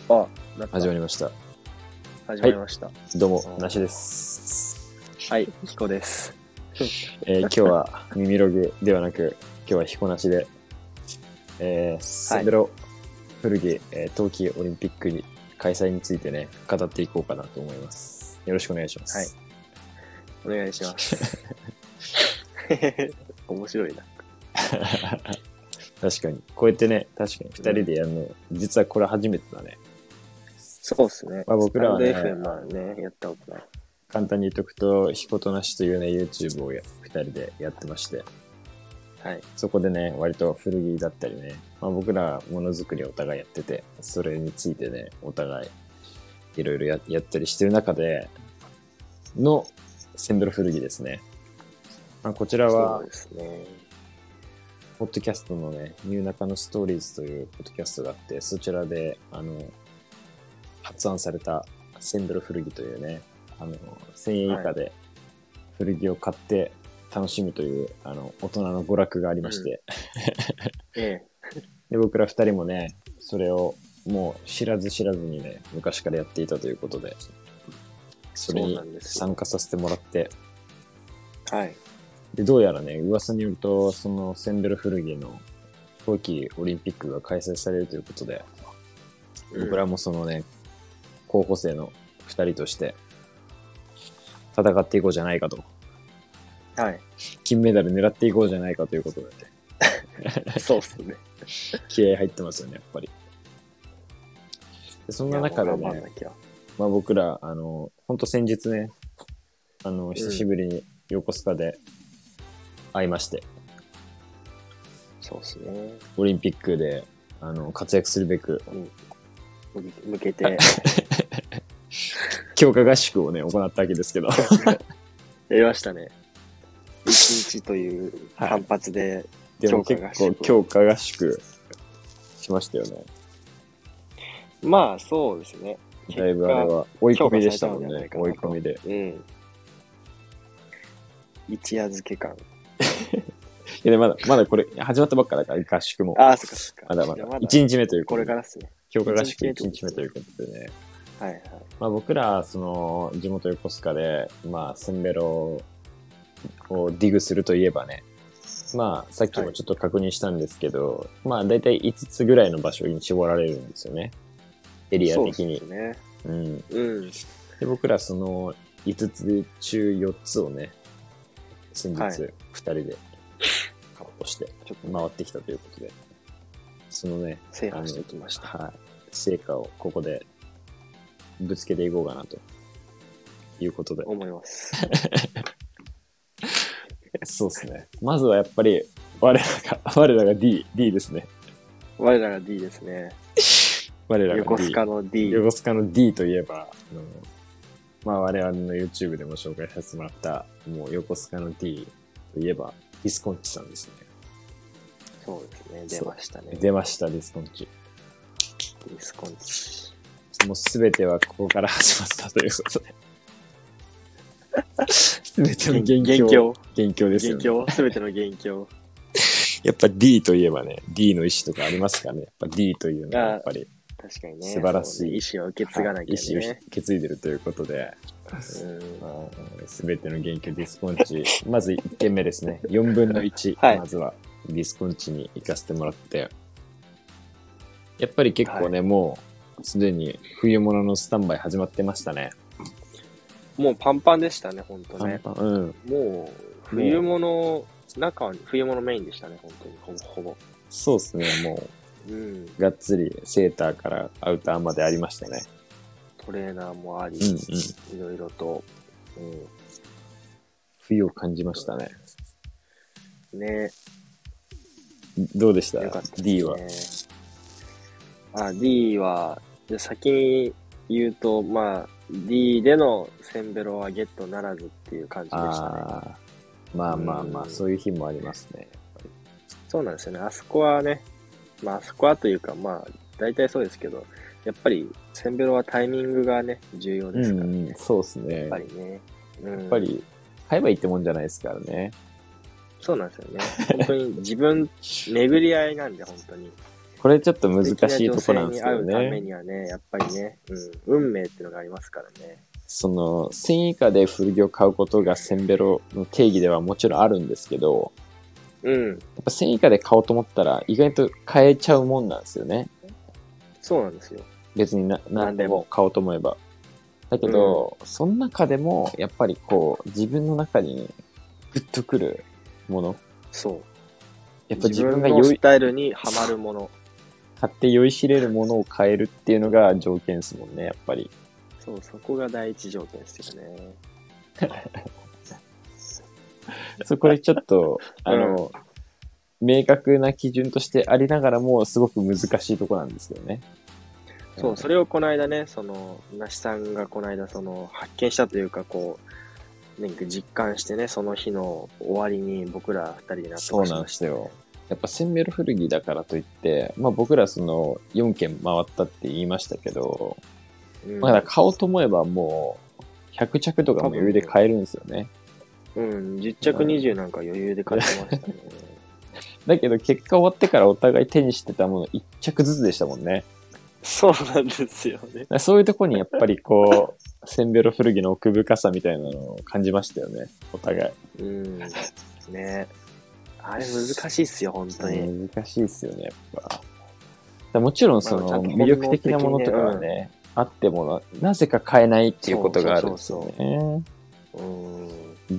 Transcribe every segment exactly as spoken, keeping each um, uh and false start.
あ、なった始まりました。 始まりました。はい、 どうも、なしです。 はい、ひこです。 えー、今日は耳ログではなく、今日はひこなしで、えー、センベロ古着、えー、冬季オリンピックに開催についてね、語っていこうかなと思います。よろしくお願いします。 はい。お願いします。面白いな。 確かに。こうやってね、確かにふたりでやるの、うん、実はこれ初めてだね。 そうっすね。 まあ、僕らはね、 まあね、やったことない。 簡単に言っとくと、ひことなしというね、YouTube をふたりでやってまして、 はい。 そこでね、割と古着だったりね、まあ、僕らものづくりをお互いやってて、それについてね、お互いいろいろ や, やったりしてる中でのセンベロ古着ですね。まあ、こちらは、 そうですね。 ポッドキャストのね、ニューナカのストーリーズというポッドキャストがあって、そちらで、あの、発案されたセンベロ古着というね、あの、せんえん以下で古着を買って楽しむという、はい、あの、大人の娯楽がありまして。 うん、ええ。 で、僕ら二人もね、それをもう知らず知らずにね、昔からやっていたということで、それに参加させてもらって、 はい。 で、どうやらね、噂によると、そのセンベロ古着の冬季オリンピックが開催されるということで、うん、僕らもそのね、候補生の二人として戦っていこうじゃないかと。 はい。 金メダル狙っていこうじゃないかということで、 ね。そうっすね。 気合入ってますよね、やっぱり。でそんな中でね、まあ僕ら、あの、ほんと先日ね、あの、久しぶりに横須賀で会いまして。うん、 そうっすね。 オリンピックで、あの、活躍するべく、 うん向けて強化合宿をね行ったわけですけどやりましたね。一日という単発で強化合宿、はい、 でも結構強化合宿しましたよね。 まあそうですね。 だいぶあれは追い込みでしたもんね。追い込みで。 うん。一夜漬け感。 いや、まだ、まだこれ、始まったばっかだから、合宿も。 ああ、そっかそっか。 まだまだ。一日目ということで。 これからっすね。 強化合宿一日目ということでね。 はいはい。 まあ僕ら、その、地元横須賀で、まあ、センベロをディグするといえばね、まあ、さっきもちょっと確認したんですけど、はい、まあ、だいたいいつつぐらいの場所に絞られるんですよね。エリア的に。 そうですね。 うん。 うん。 で、僕ら、その、いつつ中よっつをね、先日、ふたりで、カットして、ちょっと回ってきたということで、そのね、 制覇してきました。 はい。成果をここでぶつけていこうかなということで。 思います。 そうですね。まずはやっぱり、我らが、我らが D、D ですね。 我らが D ですね。 我らが D。 横須賀の D。 横須賀の D といえば、あのまあ我々の YouTube でも紹介させてもらった、もう横須賀の D といえば、ディスコンチさんですね。 そうですね。出ましたね。 出ました、ディスコンチ。 ディスコンチ。 もうすべてはここから始まったということで。すべての元凶。元凶ですよね。 元凶。すべての元凶。 やっぱ D といえばね、D の意思とかありますかね。やっぱ D というのはやっぱり。 確かにね。 素晴らしい。 ね、意思を受け継がなきゃね。 意思を受け継いでるということで。すべての元凶ディスコンチ。まずいっけんめですね。よんぶんのいち。はい、まずはディスコンチに行かせてもらって。やっぱり結構ね、はい、もうすでに冬物のスタンバイ始まってましたね。 もうパンパンでしたね、本当ね。 パンパン、うん。 もう冬物、中は冬物メインでしたね、本当に、ほぼほぼ。 そうですね、もう、うん、がっつりセーターからアウターまでありましたね。 トレーナーもあり、うんうん、いろいろと、うん、 冬を感じましたね。 ね。 どうでした？ よかったですね。 D は。 あ、D は、で先に言うと、まあ、D でのセンベロはゲットならずっていう感じでしたね。 あまあまあまあ、うん、そういう日もありますね。やっぱりそうなんですよね。あそこはね、まああそこはというか、まあ、大体そうですけど、やっぱりセンベロはタイミングがね、重要ですからね。 うん、そうですね。 やっぱりね。 うん、やっぱり、買えばいいってもんじゃないですからね。 そうなんですよね。本当に自分、巡り合いなんで、本当に。 これちょっと難しいとこなんですよ素敵な女性に会うためね。 にはね、やっぱりね、うん、運命っていうのがありますからね。 その、せん以下で古着を買うことがせんベロの定義ではもちろんあるんですけど、 うん。 やっぱせん以下で買おうと思ったら意外と買えちゃうもんなんですよね。 そうなんですよ。 別にな何で何でもも買おうと思えば。だけど、その中でもやっぱりこう自分の中にグッとくるもの。 そう。 やっぱ自自分分が酔い、 のスタイルにはまるもの。 買って酔いしれるものを買えるっていうのが条件ですもんね、やっぱり。 そう、そこが第一条件ですよね。 そこでちょっと、あの、明確な基準としてありながらも、すごく難しいとこなんですよね。 そう、それをこの間ね、その、なしさんがこの間、その、発見したというか、こう、なんか実感してね、その日の終わりに僕ら二人で納得しそうなんました。 ですよ。やっぱせんベロ古着だからといって、まあ僕らそのよんけん回ったって言いましたけど、 うん、 まあだから買おうと思えばもうひゃく着とかも余裕で買えるんですよね。 うん、じゅっ着にじゅうなんか余裕で買ってましたね。 だけど結果終わってからお互い手にしてたものいっ着ずつでしたもんね。 そうなんですよね。 そういうとこにやっぱりこう、せんベロ古着の奥深さみたいなのを感じましたよね、お互い。 うん。ね。あれ難しいっすよ、本当に。 難しいっすよね、やっぱ。だもちろんその魅力的なものとかはね、あってもな、なぜか買えないっていうことがあるんですよね。 うん。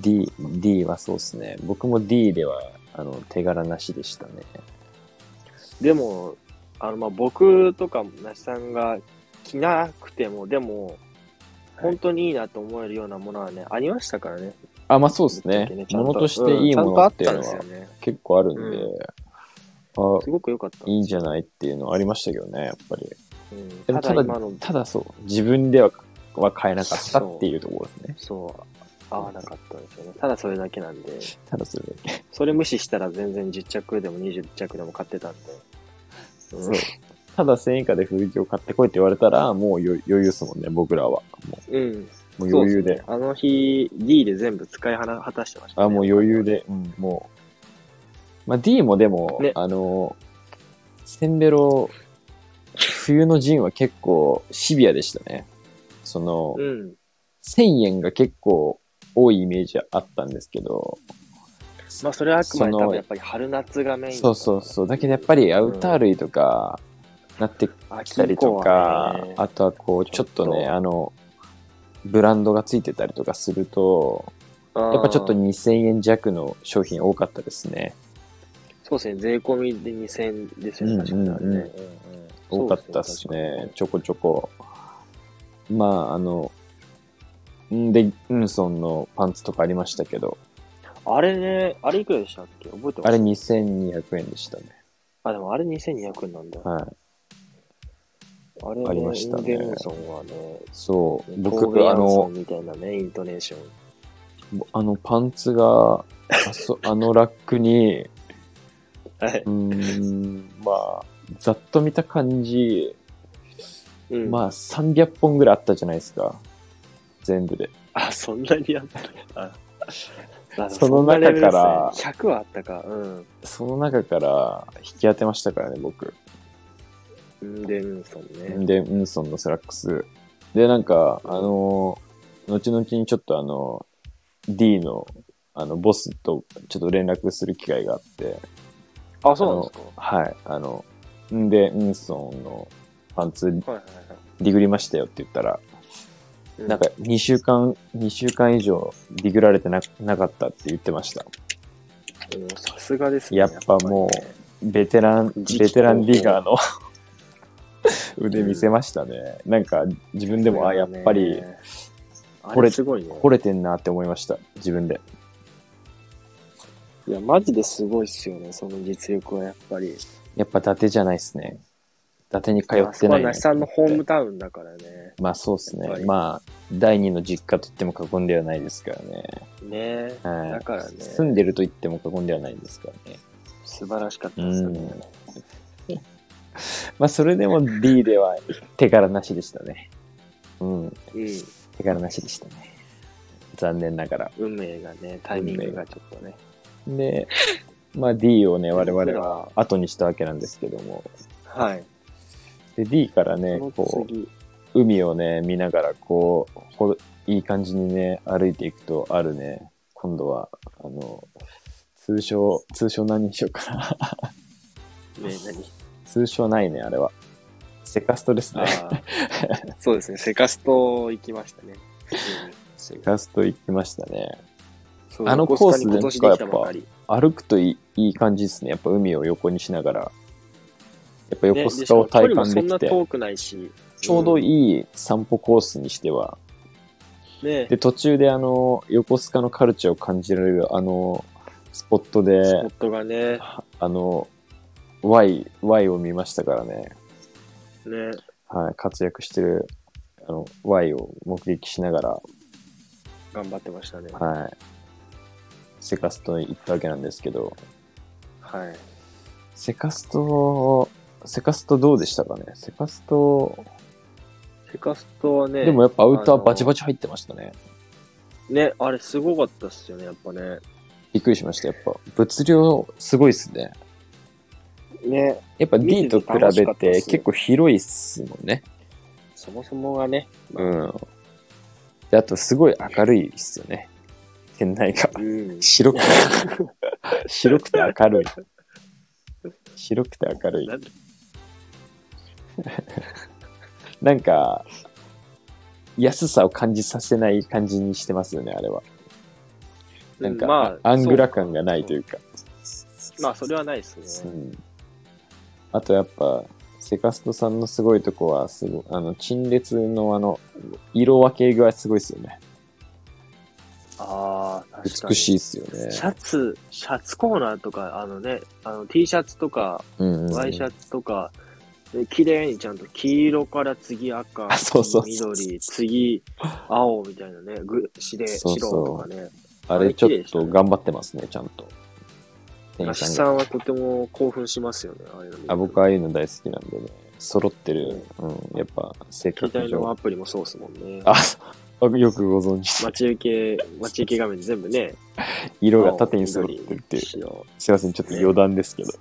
D、D はそうですね。僕も D では、あの、手柄なしでしたね。 でも、あの、まあ、僕とか、なしさんが着なくても、でも、本当にいいなと思えるようなものはね、ありましたからね。 あ、まあそうですね。 ねものとしていいものっていうのはうん、ちゃんとあったんですよね。 結構あるんで、 うん、 あすごく良かった。 いいんじゃないっていうのはありましたけどね、やっぱり。 うん、 でもただ、ただただそう、自分ではは買えなかったっていうところですね。 そう、そう合わなかったんですよね。ただそれだけなんで。 ただそれだけ。 それ無視したら全然じゅっ着でもにじゅっ着でも買ってたんで。 うん、そう。ただせん以下で古着を買ってこいって言われたら、もう余裕ですもんね、僕らは。もう、うん、 もう余裕で。 ね、あの日、D で全部使い果たしてましたね。 あ、もう余裕で。うん、もう。まあ D もでも、ね、あの、せんベロ、冬の陣は結構シビアでしたね。その、うん、せんえんが結構多いイメージあったんですけど、 まあそれはあくまで多分やっぱり春夏がメイン。 そうそうそう。だけどやっぱりアウター類とかなってきたりとか、うんね、あとはこうちょっとね、あの、ブランドがついてたりとかすると、やっぱちょっとにせんえん弱の商品多かったですね。 そうですね。税込みでにせんえんですよね。確かにね、うんうんうん。 多かったですね。ちょこちょこ。まあ、あの、んで、ウンソンのパンツとかありましたけど。 あれね、あれいくらでしたっけ？覚えてます？ あれにせんにひゃくえんでしたね。 あ、でもあれにせんにひゃくえんなんだ。 はい。 あれ、ね、 ありましたね。 インデンソンはね、 そう。 僕、あの、みたいなね、イントネーション。あのパンツが、あ, そあのラックに、 はい、 うーん、まあ、ざっと見た感じ、うん、まあさんびゃっぽんぐらいあったじゃないですか。全部で。 あ、そんなにあったあその中から、 ひゃくはあったか。うん。 その中から引き当てましたからね、僕。 んで、ウンソンね。で、ウンソンのスラックス。で、なんか、あの、後々にちょっとあの、D の、あの、ボスとちょっと連絡する機会があって。 あ、そうなんですか？ はい。あの、んで、ウンソンのパンツ、はいはいはい、ディグりましたよって言ったら、うん、なんかにしゅうかん、にしゅうかん以上ディグられてな、なかったって言ってました。 さすがですね。 やっぱもう、ベテラン、ベテランディガーの腕見せましたね。うん、なんか自分でも、あ、やっぱり、惚れ、惚れてんなって思いました。自分で。 いや、マジですごいっすよね、その実力はやっぱり。 やっぱ伊達じゃないっすね。伊達に通ってない。そこは那須さんのホームタウンだからね。 まあそうっすね。まあ、第二の実家と言っても過言ではないですからね。 ねえ。はい、だからね。 住んでると言っても過言ではないですからね。 素晴らしかったですよね。 うん、まあそれでも D では手柄なしでしたね。うん。うん、手柄なしでしたね。残念ながら。 運命がね、タイミングがちょっとね。 で、まあ D をね、我々は後にしたわけなんですけども。 はい。 で、D からね、 そのこ次。 う、海をね、見ながら、こう、ほいい感じにね、歩いていくと、あるね、今度は、あの、通称、通称何にしようかな。 ね、何通称ないね、あれは。セカストですね。 あそうですね。セカスト行きましたね。普通に。 セカスト行きましたね。 そうあのコースでなんかやっぱ歩くといい、いい感じですね。やっぱ海を横にしながら。やっぱ横須賀を体感できて。 ね、遠くないし。 ちょうどいい散歩コースにしては。 ね、 で、途中であの、横須賀のカルチャーを感じられるあの、スポットで、スポットがね、 あの、Y、Y を見ましたからね。 ね。 はい、活躍してる、あの、Y を目撃しながら。 頑張ってましたね。 はい。セカストに行ったわけなんですけど。 はい。 セカスト、セカストどうでしたかね。セカスト、 セカストはね。 でもやっぱアウターバチバチ入ってましたね。 ね、あれすごかったっすよね、やっぱね。 びっくりしました、やっぱ。物量すごいっすね。 ね。 やっぱ D と比べて結構広いっすもんね。 そもそもがね。 まあ、うん。で、あとすごい明るいっすよね。店内が。うん、白くて、白くて明るい。白くて明るい。なんか、安さを感じさせない感じにしてますよね、あれは。なんか、まあ、アングラ感がないというか。 まあ、それはないですね。うん。 あとやっぱ、セカストさんのすごいとこは、すごい、あの、陳列のあの、色分けがすごいですよね。 ああ、確かに。 美しいっすよね。 シャツ、シャツコーナーとか、あのね、あの T シャツとか、うんうん、ワイシャツとか、で綺麗にちゃんと黄色から次赤、 そうそうそう緑、次青みたいなね、ぐ白白とかね。 あれちょっと頑張ってますね、ちゃんと。 店主さんはとても興奮しますよね、ああいうの。 あ、僕ああいうの大好きなんでね。揃ってる。うん、うん、やっぱ性格上。 携帯のアプリもそうですもんね。 あ、よくご存知。 待ち受け、待ち受け画面全部ね。 色が縦に揃ってるっていう。すいません、ちょっと余談ですけど。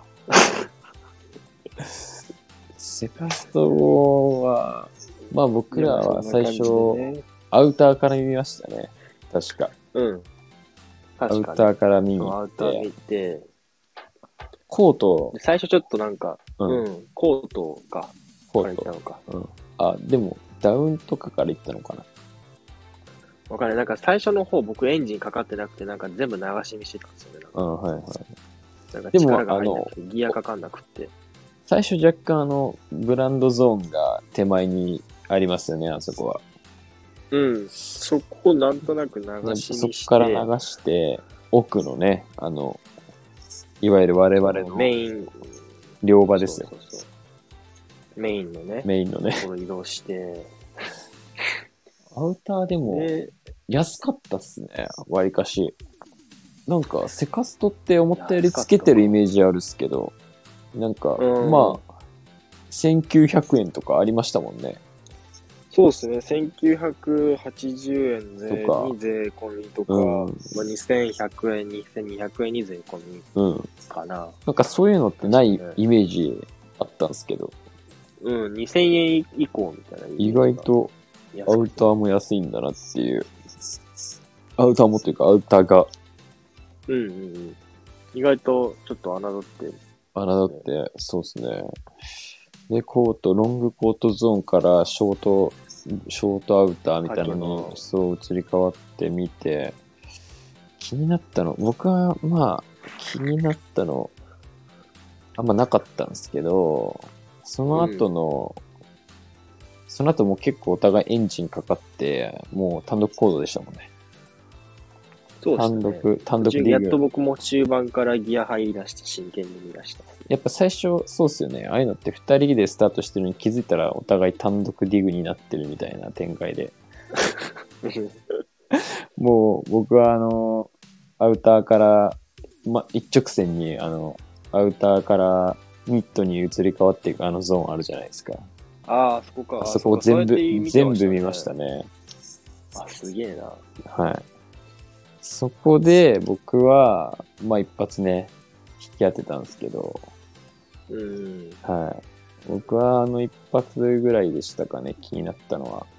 セカストは、まあ僕らは最初、ね、アウターから見ましたね。確か。 うん。 アウターから見に行って。アウター見て。コート。 最初ちょっとなんか、うん、うん、コートか。コート。から行ったのか。 うん。あ、でも、ダウンとかから行ったのかな。 わかんない。なんか最初の方僕エンジンかかってなくて、なんか全部流し見してたんですよね。 うん、はいはい。 なんか力が入んなくて、ギアかかんなくて。 最初若干あの、ブランドゾーンが手前にありますよね、あそこは。 うん。そこをなんとなく流し見して。 そこから流して、奥のね、あの、いわゆる我々のメイン、 両場ですよ。そうそうそう。 メインのね。 メインのね。 ところ移動して。 アウターでも、安かったっすね、わりかし。なんか、セカストって思ったよりつけてるイメージあるっすけど、なんか、まあ、せんきゅうひゃくえんとかありましたもんね。 そうですね。せんきゅうひゃくはちじゅうえん税に税込みとか、うんまあ、にせんひゃくえん、にせんにひゃくえんに税込みかな、うん。 なんかそういうのってないイメージあったんですけど。 うん、にせんえん以降みたいな。 意外とアウターも安いんだなっていう。アウターもというか、アウターが。 うんうんうん。意外とちょっと侮って。 侮って、そうですね。で、コート、ロングコートゾーンからショート、ショートアウターみたいなのにそう移り変わってみて、気になったの、僕はまあ気になったのあんまなかったんですけど、その後の、うん、その後も結構お互いエンジンかかって、もう単独行動でしたもんね。 そうですね。 単独、単独でやっと僕も中盤からギア入り出して真剣に見出した。 やっぱ最初、そうっすよね。ああいうのって二人でスタートしてるのに気づいたらお互い単独ディグになってるみたいな展開で。もう僕はあの、アウターから、ま、一直線にあの、アウターからミッドに移り変わっていくあのゾーンあるじゃないですか。 ああ、そこか。 あそこを全部、全部見ましたね。 あ、すげえな。 はい。そこで僕は、まあ一発ね、引き当てたんですけど、 うん。 はい。僕はあの一発ぐらいでしたかね、気になったのは。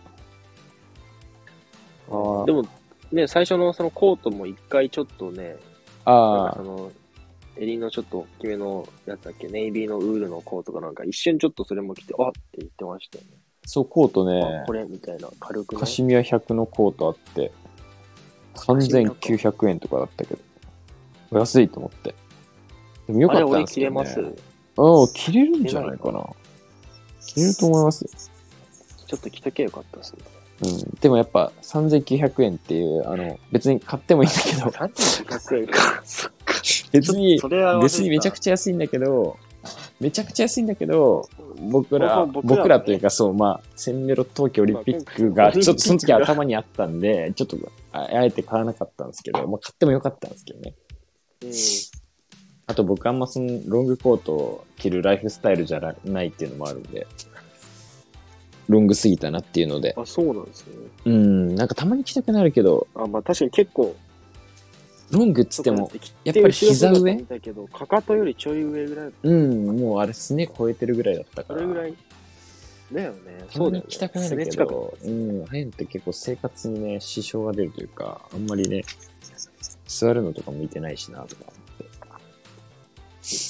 あでも、ね、最初のそのコートも一回ちょっとね、なんかその、襟のちょっと大きめのやつだっけ、ネイビーのウールのコートかなんか、一瞬ちょっとそれも着て、あって言ってましたよね。 そう、コートね、 これみたいな、軽くね。 カシミヤひゃくのコートあって、さんぜんきゅうひゃくえんとかだったけど、安いと思って。でもよかったんですけどね。あれ、俺着れます？ああ、着れるんじゃないかな。着れると思いますよ。 ちょっと着とけよかったですね。 うん。でもやっぱさんぜんきゅうひゃくえんっていう、あの、別に買ってもいいんだけど。 さんぜんきゅうひゃくえんか。そっか。 別に、別にめちゃくちゃ安いんだけど、めちゃくちゃ安いんだけど、僕ら、僕ら,、ね、僕らというかそう、まあ、センメロ冬季オリンピックが、ちょっとその時頭にあったんで、ちょっと、あえて買わなかったんですけど、まあ買ってもよかったんですけどね。うん。あと僕あんまそのロングコートを着るライフスタイルじゃないっていうのもあるんで、ロングすぎたなっていうので。 あ、そうなんですね。 うん、なんかたまに着たくなるけど。 あ、まあ確かに結構。 ロングっつっても、やっぱり膝上だけど、かかとよりちょい上ぐらい。 うん、もうあれすね超えてるぐらいだったから。 それぐらい。だよね。 そうだよね。着たくなるけど、うん、ああいうのって結構生活にね、支障が出るというか、あんまりね、座るのとか向いてないしな、とか思って。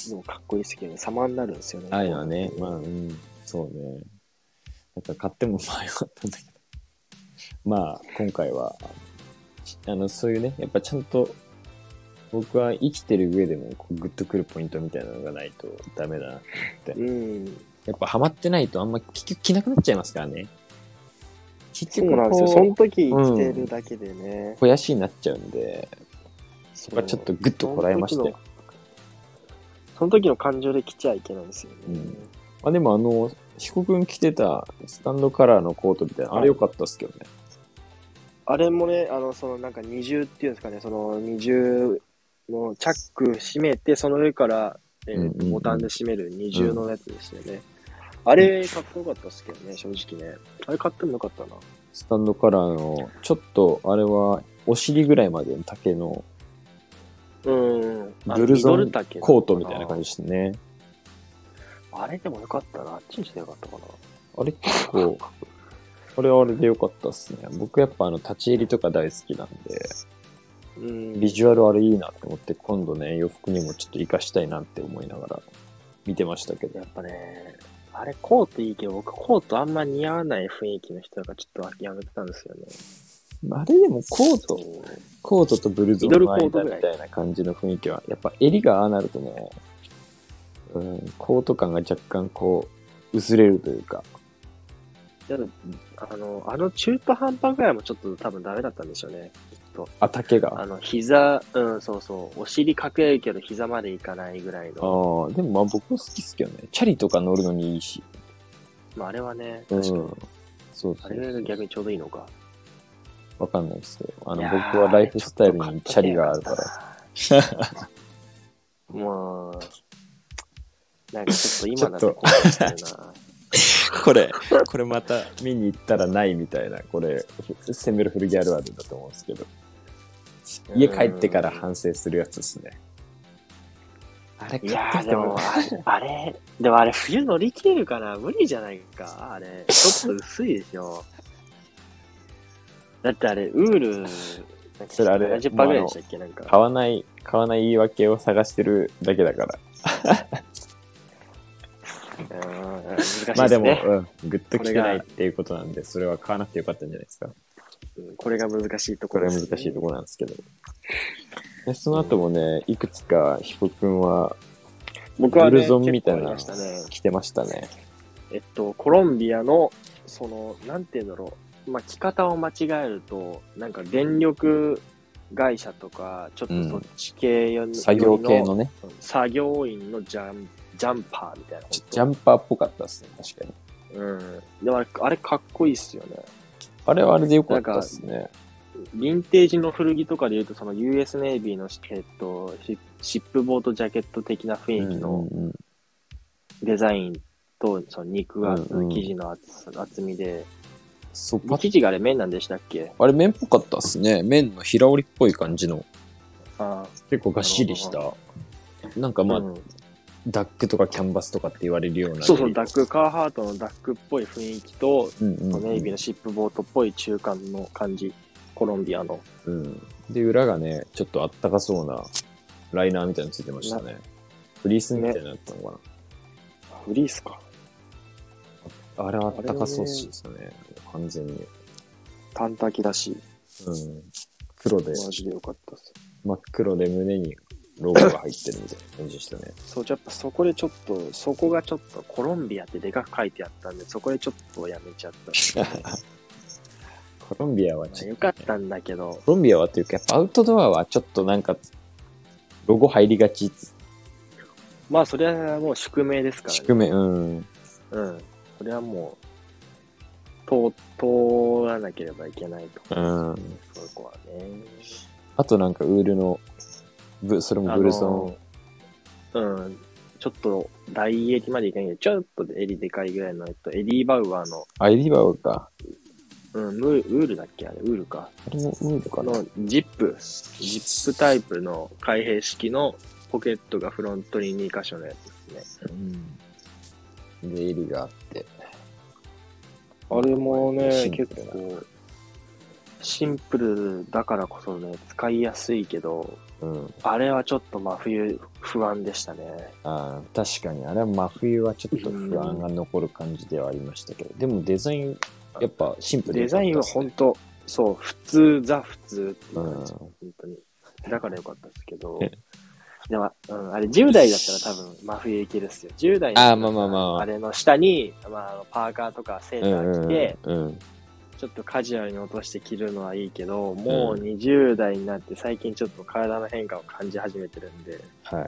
でもかっこいいですけどね、様になるんですよね。 ああいうのはね、まあ、うん、そうね。なんか買ってもまあよかったんだけど。まあ、今回は、あの、そういうね、やっぱちゃんと、僕は生きてる上でもこうグッとくるポイントみたいなのがないとダメだなって。うん。やっぱハマってないとあんま結局着なくなっちゃいますからね。 結局そうなんですよ。その時着てるだけでね。 うん、肥やしになっちゃうんで、そこはちょっとグッとこらえまして。 その時の感情で着ちゃいけないんですよね。うん、 まあでもあの、彦君着てたスタンドカラーのコートみたいな、あれ良かったっすけどね。 あれもね、あの、そのなんか二重っていうんですかね、その二重のチャック閉めて、その上から、えーとボタンで閉める二重のやつですよね。うん、あれ、かっこよかったっすけどね、正直ね。あれ買ってもよかったな。 スタンドカラーの、ちょっと、あれは、お尻ぐらいまでの丈の、 うん。 ブルゾンコートみたいな感じですね。 あれでもよかったな。あっちにしてよかったかな。 あれ結構、あれはあれでよかったっすね。僕やっぱあの、立ち襟とか大好きなんで、うん、ビジュアルあれいいなって思って、今度ね、洋服にもちょっと活かしたいなって思いながら見てましたけど。 やっぱね、あれコートいいけど、僕コートあんま似合わない雰囲気の人がちょっと諦めてたんですよね。 あれでもコート、コートとブルゾンの間みたいな感じの雰囲気は、やっぱ襟がああなるとね、うん、コート感が若干こう、薄れるというか。 いやあの、あの中途半端ぐらいもちょっと多分ダメだったんでしょうね。きっと。 あ、丈があの、膝、うん、そうそう。お尻隠れるけど膝までいかないぐらいの。 ああ、でもまあ僕も好きっすけどね。チャリとか乗るのにいいし。 まああれはね、 確かに。うん、そうそうそう。 あれが逆にちょうどいいのか。 わかんないですけど。あの、僕はライフスタイルにチャリがあるから。 もう、なんかちょっと今だと後悔してるな。 これ、これまた見に行ったらないみたいな、これ、センベロフルギャルあるだと思うんですけど。家帰ってから反省するやつですね。 あれ、いやーでも、あれ、でもあれ冬乗り切れるかな？無理じゃないかあれ。ちょっと薄いでしょ。だってあれ、ウール、 それあれ、 ななじゅっパーセントぐらいでしたっけなんか。 買わない、買わない言い訳を探してるだけだから。 難しいですね。 まあでも、うん、グッときてないっていうことなんで、それは買わなくてよかったんじゃないですか。 うん、これが難しいところです、ね。これが難しいところなんですけど。でその後もね、いくつか、ヒコ君は、 僕は、ね、 ブルゾンみたいなの着てましたね。 えっと、コロンビアの、その、なんていうんだろう。まあ、着方を間違えると、なんか電力会社とか、ちょっとそっち系よ、うん、 作業系のね。 作業員のジャン、ジャンパーみたいな。 ジャンパーっぽかったっすね、確かに。うん。でもあれ、あれかっこいいっすよね。 あれはあれでよかったっすね。 ヴィンテージの古着とかで言うと、その ユーエス ネイビーの、えっと、シップボートジャケット的な雰囲気のデザインと、その肉厚、うんうん、生地の 厚, 厚みで、そう生地があれ綿なんでしたっけ？ あれ綿っぽかったっすね。綿の平織りっぽい感じの。あ結構がっしりした。なんかまあ、うん、 ダックとかキャンバスとかって言われるような。 そうそう、ダック、カーハートのダックっぽい雰囲気と、 うんうんうん、 ネイビーのシップボートっぽい中間の感じ。コロンビアの。 うん。で、裏がね、ちょっとあったかそうなライナーみたいなのついてましたね。フリースみたいなのやったのかな。ね、 フリースか。 あれはあったかそうっすよね。完全に。 タンタキだし。 うん。黒で。 マジでよかったっす。 真っ黒で胸にロゴが入ってるみたいな感じでしたね。 そう、やっぱそこでちょっと、そこがちょっとコロンビアってでかく書いてあったんで、そこでちょっとやめちゃった。 コロンビアはちょっと、ね、 よかったんだけど。 コロンビアはっていうか、やっぱアウトドアはちょっとなんか、ロゴ入りがち。 まあ、それはもう宿命ですからね。 宿命、うん。 うん。それはもう、通、通らなければいけないと。 うん。 そこはね。 あとなんかウールの、ブそれもブルソン。うん。ちょっと大襟までいかないけど、ちょっと襟でかいぐらいの、えっと、エディ・バウアーの。 あ、エディ・バウアーか。 うん、ウールだっけあれ、ウールか。 あれもウールかなのジップ、ジップタイプの開閉式のポケットがフロントにに箇所のやつですね。 うん。で、襟があって。 あれもね、結構、シンプルだからこそね、使いやすいけど、うん、あれはちょっと真冬不安でしたね。 ああ、確かに。あれは真冬はちょっと不安が残る感じではありましたけど、うん、でもデザイン、やっぱシンプルで、ね、 デザインは本当、そう、普通、ザ普通っていう感じ、うん、本当に。だからよかったですけど、でも、うん、あれじゅう代だったら多分真冬いけるっすよ。じゅう代あ、まあまあまあ、 あれの下に、まあ、パーカーとかセーター着て、 うんうんうん、 ちょっとカジュアルに落として着るのはいいけど、もうにじゅう代になって最近ちょっと体の変化を感じ始めてるんで、 はい、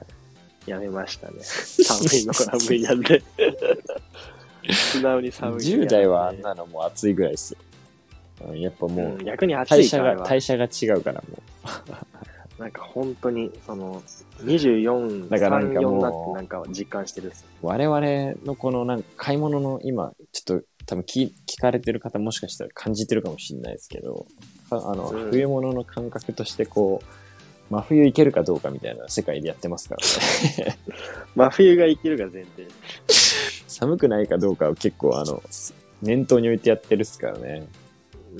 やめましたね。寒いのが無理なんで。素直に寒い。 じゅう代はあんなのもう暑いぐらいですよ。やっぱもう、うん、 逆に暑いから代謝が、代謝が違うからもう。なんか本当に、その、にじゅうよん、 だからなんかもう、 さん、よんになってなんか実感してるっす。 我々のこのなんか買い物の今、ちょっと多分聞聞かれてる方もしかしたら感じてるかもしれないですけど、あの、うん、冬物の感覚としてこう、真冬いけるかどうかみたいな世界でやってますからね。 真冬がいけるが前提。 寒くないかどうかを結構あの、念頭に置いてやってるっすからね。 うん。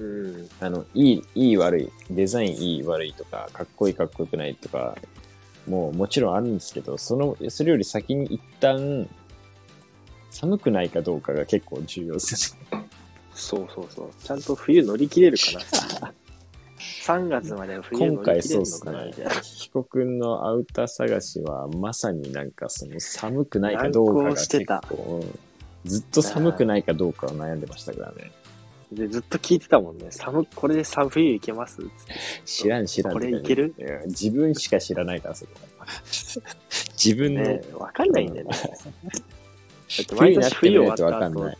あの、いい、いい悪い、デザインいい悪いとか、かっこいいかっこよくないとか、もうもちろんあるんですけど、その、それより先に一旦、寒くないかどうかが結構重要ですね。 そうそうそう。ちゃんと冬乗り切れるかな。さんがつまで冬乗り切れるのかなみたいな。 ヒコ君のアウター探しはまさになんかその寒くないかどうかが結構、ずっと寒くないかどうかを悩んでましたからね。 で、ずっと聞いてたもんね。寒、これで寒冬いけますつって知らん知らん。 これいける？ いや自分しか知らないから、それは。自分の。 ね、わかんないんだよね。だって毎年冬終わった後、うん、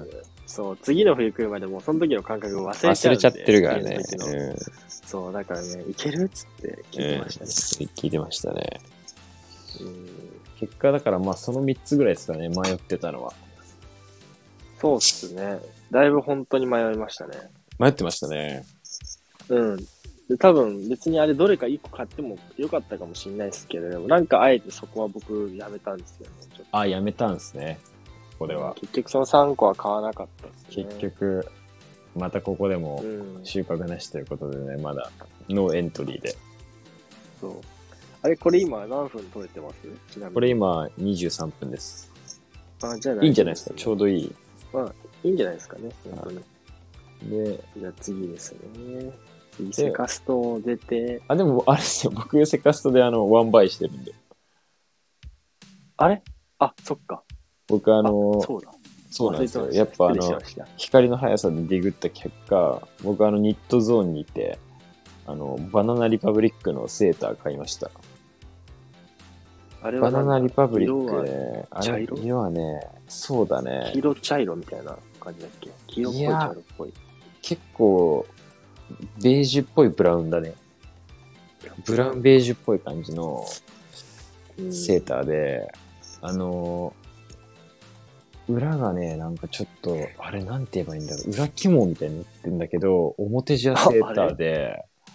そう、次の冬来るまでもうその時の感覚を忘れちゃうんで。 忘れちゃってるからね。 うん、そう、だからね、いけるっつって聞いてましたね。 うん、聞いてましたね。うん、結果だからまあそのみっつぐらいですかね、迷ってたのは。 そうっすね。だいぶ本当に迷いましたね。 迷ってましたね。 うん。で多分別にあれどれかいっこ買ってもよかったかもしれないですけど、でもなんかあえてそこは僕やめたんですよね。ちょっとあ、やめたんですね。これは。 結局そのさんこは買わなかったですね。 結局、またここでも収穫なしということでね、うん、まだノーエントリーで。 そう。あれ、これ今何分取れてます？ちなみに。 これ今にじゅうさんぷんです。 あ、じゃあないいいんじゃないですか。ちょうどいい。 まあ、いいんじゃないですかね。本当に。 で、 じゃあ次ですね。次、セカスト出て。 あ、でも、あれですよ。僕、セカストであの、ワンバイしてるんで。 あれあ、そっか。 僕、あの、 そうだ。 そうなんですよ。やっぱあの、光の速さでディグった結果、僕あの、ニットゾーンにいて、あの、バナナリパブリックのセーター買いました。 あれはバナナリパブリックね、あれ、色はね、そうだね。 黄色茶色みたいな感じだっけ？黄色っぽい茶色っぽい。 結構、ベージュっぽいブラウンだね。ブラウンベージュっぽい感じのセーターで、うん、あの、裏がね、なんかちょっと、あれなんて言えばいいんだろう。裏肝みたいになってるんだけど、表地はセーターで、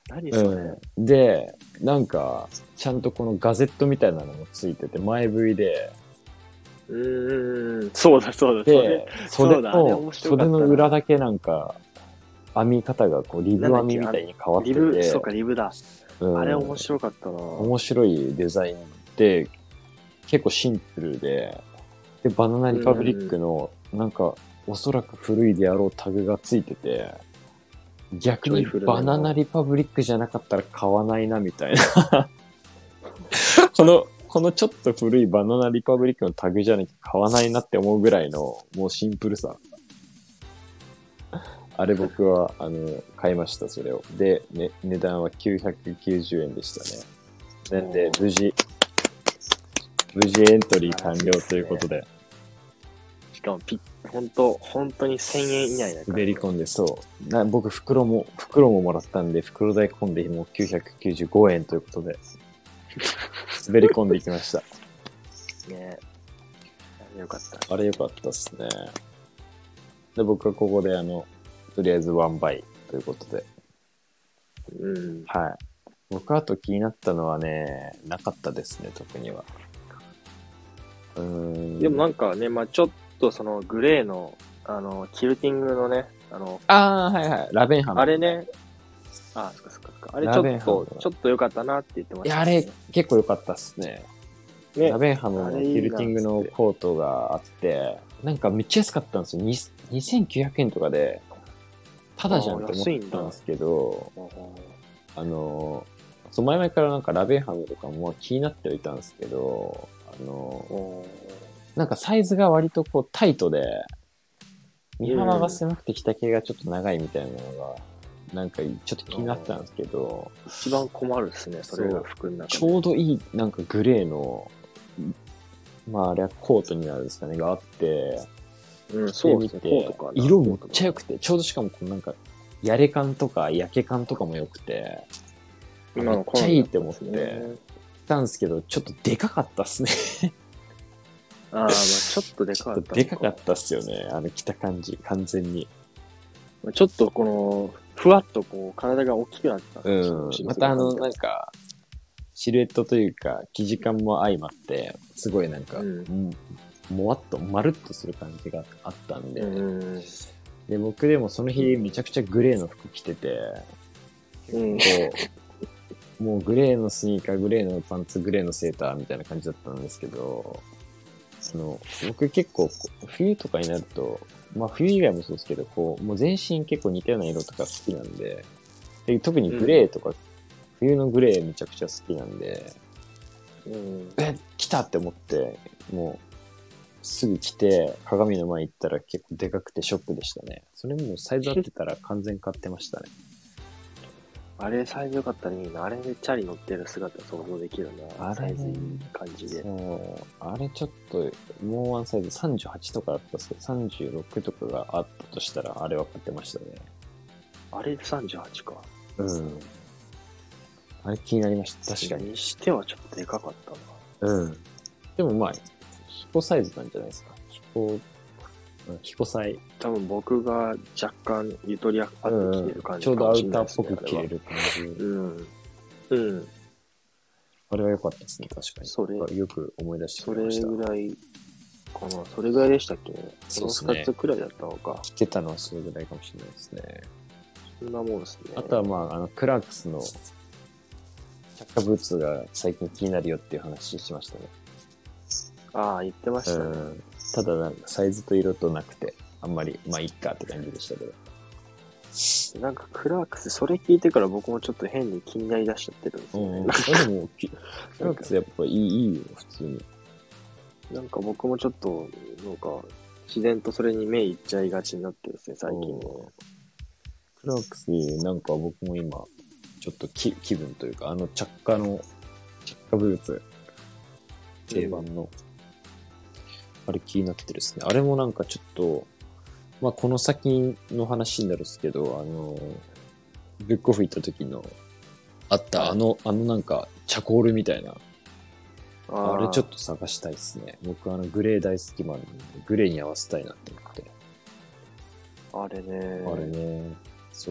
何それ、 うん、で、なんか、ちゃんとこのガゼットみたいなのもついてて、前振りで、 うーん、そうだそうだ、 で、袖そうだ、あれの、 面白かったな。 袖の裏だけなんか、編み方がこう、リブ編みみたいに変わってて、 リブ、そうか、リブだ。 うん、 あれ面白かったな。 面白いデザインで、結構シンプルで、で、バナナリパブリックの、なんか、おそらく古いであろうタグがついてて、逆にバナナリパブリックじゃなかったら買わないな、みたいな。この、このちょっと古いバナナリパブリックのタグじゃなきゃ買わないなって思うぐらいの、もうシンプルさ。あれ僕は、あの、買いました、それを。で、ね、値段はきゅうひゃくきゅうじゅうえんでしたね。なんで、無事、無事エントリー完了ということで。 しかもピッ、ほんと、本当にせんえん以内だから。 滑り込んで、そうな。僕、袋も、袋ももらったんで、袋代込んで、もうきゅうひゃくきゅうじゅうごえんということで、滑り込んでいきました。 ねえ。よかった。 あれよかったっすね。で、僕はここで、あの、とりあえずワンバイということで。 うん。 はい。僕、あと気になったのはね、なかったですね、特には。うーん。 でもなんかね、まあちょっとそのグレーの、あの、キルティングのね、あの、 ああ、はいはい。ラベンハム。 あれね、あ、そっかそっかそっか。あれちょっと、ちょっと良かったなって言ってました、ね。 いや、あれ結構良かったっすね。ね、ラベンハムのキルティングのコートがあって、なんかめっちゃ安かったんですよ。にせんきゅうひゃくえんとかで、ただじゃんって思ったんですけど、あの、そう前々からなんかラベンハムとかも気になってはいたんですけど、あの、なんかサイズが割とこうタイトで、身幅が狭くて着丈がちょっと長いみたいなのが、なんかちょっと気になってたんですけど、 一番困るですね、それが服の中で。 ちょうどいいなんかグレーの、まああれはコートになるんですかね、があって、 うん、そうですね、コートかな。 色めっちゃ良くて、ちょうどしかもこうなんか、やれ感とか焼け感とかも良くて、めっちゃいいって思って、来たんですけど、ちょっとでかかったっすね。 ああ、まあちょっとでかかった。 でかかったっすよね、あの着た感じ、完全に。 ちょっとこの、ふわっとこう、体が大きくなった。 うん。またあの、なんか、シルエットというか、生地感も相まって、すごいなんか、うん、もわっと、まるっとする感じがあったんで、うん、で、僕でもその日めちゃくちゃグレーの服着てて、うん、こう、もうグレーのスニーカー、グレーのパンツ、グレーのセーターみたいな感じだったんですけど、あの、僕結構、冬とかになると、まあ冬以外もそうですけど、こう、もう全身結構似たような色とか好きなんで、で特にグレーとか、うん、冬のグレーめちゃくちゃ好きなんで、うん、え、来たって思って、もう、すぐ来て、鏡の前行ったら結構でかくてショックでしたね。それもサイズ合ってたら完全買ってましたね。 あれサイズ良かったらいいな。あれでチャリ乗ってる姿想像できるな。あれサイズいい感じで。 そう。あれちょっと、もうワンサイズさんじゅうはちとかだったんですけど、さんじゅうろくとかがあったとしたら、あれは買ってましたね。 あれでさんじゅうはちか。 うん。あれ気になりました。確かに。 にしてはちょっとでかかったな。うん。でもまあ、彦サイズなんじゃないですか。彦、彦サイ。 多分僕が若干ゆとりあって着れる感じ、 うん、ちょうどアウターっぽく着れる感じ。 うん。うん。 あれは良かったですね、確かに。 それ、 よく思い出してくれました。 それぐらいかな。それぐらいでしたっけね。そうですね。ふたつくらいだったのか。 着てたのはそれぐらいかもしれないですね。 そんなもんですね。 あとはまあ、あの、クラークスの着火ブーツが最近気になるよっていう話しましたね。 ああ、言ってましたね。うん、 ただなんかサイズと色となくて、あんまり、まあいっかって感じでしたけど。 なんかクラークス、それ聞いてから僕もちょっと変に気になりだしちゃってるんですよね。うん、 でも、クラークスやっぱいい、いいよ、普通に。 なんか僕もちょっと、なんか、自然とそれに目いっちゃいがちになってるんですね、最近。 クラークス、なんか僕も今、ちょっと気気分というか、あの着火の、着火ブーツ、定番の、うん、あれ気になってるですね。あれもなんかちょっと、まあこの先の話になるんですけど、あの、ブックオフ行った時の、あったあの、あのなんか、チャコールみたいな、あ, あれちょっと探したいですね。僕あのグレー大好きマン、グレーに合わせたいなって思って。 あれね。 あれね。そう。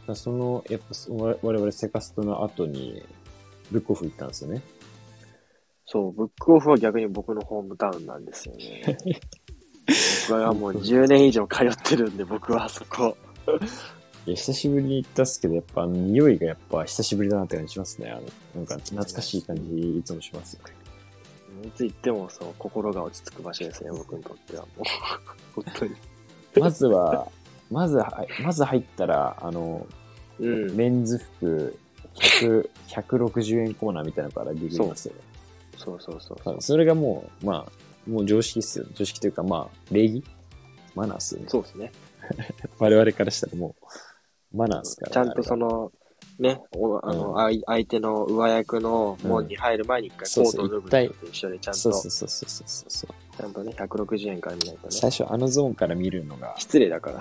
その、やっぱ我々セカストの後に、ブックオフ行ったんですよね。 そう、ブックオフは逆に僕のホームタウンなんですよね。僕はもうじゅうねん以上通ってるんで、僕はあそこ。 いや、久しぶりに行ったっすけど、やっぱ匂いがやっぱ久しぶりだなって感じしますね。あの、なんか懐かしい感じ、いつもしますよね。 いつ行ってもそう、心が落ち着く場所ですね、僕にとってはもう。本当に。 まずは、まずは、まず入ったら、あの、うん、メンズ服ひゃく、ひゃくろくじゅうえんコーナーみたいなのから出てきますよね。 そうそうそうそう。 それがもう、まあ、もう常識っすよ。常識というか、まあ、礼儀マナーっすよね。 そうですね。 我々からしたらもう、マナーっすから、ね。 ちゃんとその、ね、おあの、うん、相手の上役の門に入る前に一回コートを脱ぐのと一緒でちゃんと。 そうそうそうそうそうそう。 ちゃんとね、ひゃくろくじゅうえんから見ないとね。 最初あのゾーンから見るのが。 失礼だから。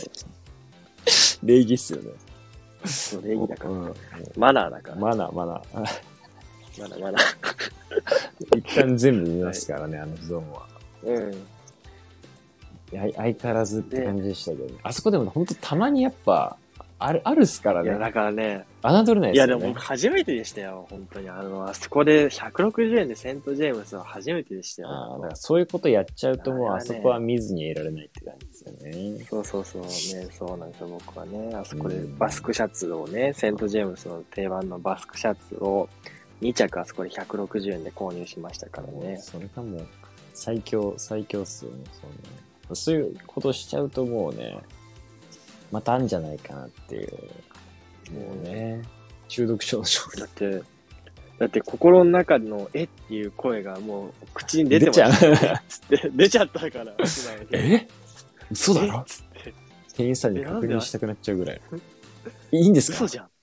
礼儀っすよね。 そう、礼儀だから。うん、マナーだから。 マナー、マナー。 マナー、マナー。 一旦全部見ますからね、はい、あのゾーンは。 うん。 相変わらずって感じでしたけどね。あそこでも本当たまにやっぱ、ある、あるっすからね。 いや、だからね。 侮れないですよね。 いや、でも僕初めてでしたよ、本当に。あの、あそこでひゃくろくじゅうえんでセントジェームスは初めてでしたよ。 ああ、だからそういうことやっちゃうともうあそこは見ずに得られないって感じですよね。 そうそうそうね、そうなんですよ、僕はね。あそこでバスクシャツをね、セントジェームスの定番のバスクシャツをに着あそこでひゃくろくじゅうえんで購入しましたからね。 それがもう最強、最強っすよね、そんな。そういうことしちゃうともうね、またあんじゃないかなっていう。もうね、中毒症状。 だって、だって心の中のえっていう声がもう口に出てましたね。つって出ちゃったから。 え嘘だろつって。店員さんに確認したくなっちゃうぐらい。いいんですか嘘じゃん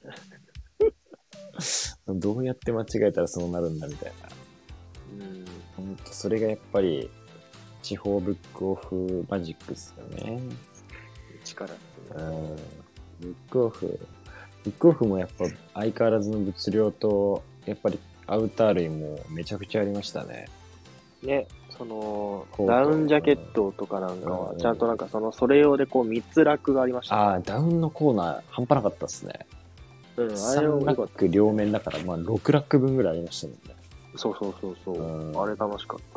どうやって間違えたらそうなるんだみたいな。うん。ほんと、それがやっぱり、地方ブックオフマジックっすよね。 力。 うん。ブックオフ。ブックオフもやっぱ相変わらずの物量と、やっぱりアウター類もめちゃくちゃありましたね。 ね、その、ダウンジャケットとかなんかは、ちゃんとなんかその、それ用でこうみっつラックがありました、ね。 ああ、ダウンのコーナー半端なかったっすね。 うん、 あれをラック両面だから、まあろくラック分ぐらいありましたもんね。 そうそうそうそう。うん、あれ楽しかった。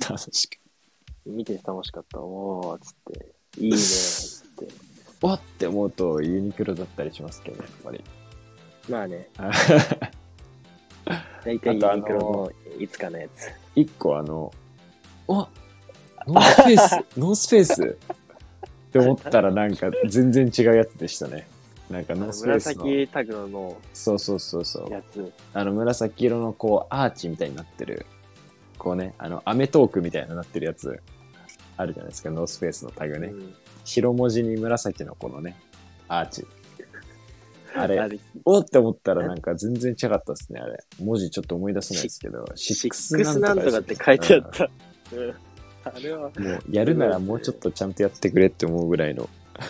楽しかった。 見て楽しかった。おー、つって。いいね、つって。 わって思うとユニクロだったりしますけどね、やっぱり。 まあね。大体ユニクロのいつかのやつ。 一個あの、あノースペースノースペースって思ったらなんか全然違うやつでしたね。なんかノースペースの。 紫タグの。 そうそうそうそう。 やつ。 あの紫色のこうアーチみたいになってる。こうね、あのアメトークみたいになってるやつ。あるじゃないですか、ノースペースのタグね。うん、白文字に紫のこのね、アーチ。あれ、あれおって思ったらなんか全然違かったですね、あれ。文字ちょっと思い出せないですけど、 シックスなんとかって書いてあった。うんうん、あれは。もう、やるならもうちょっとちゃんとやってくれって思うぐらいの。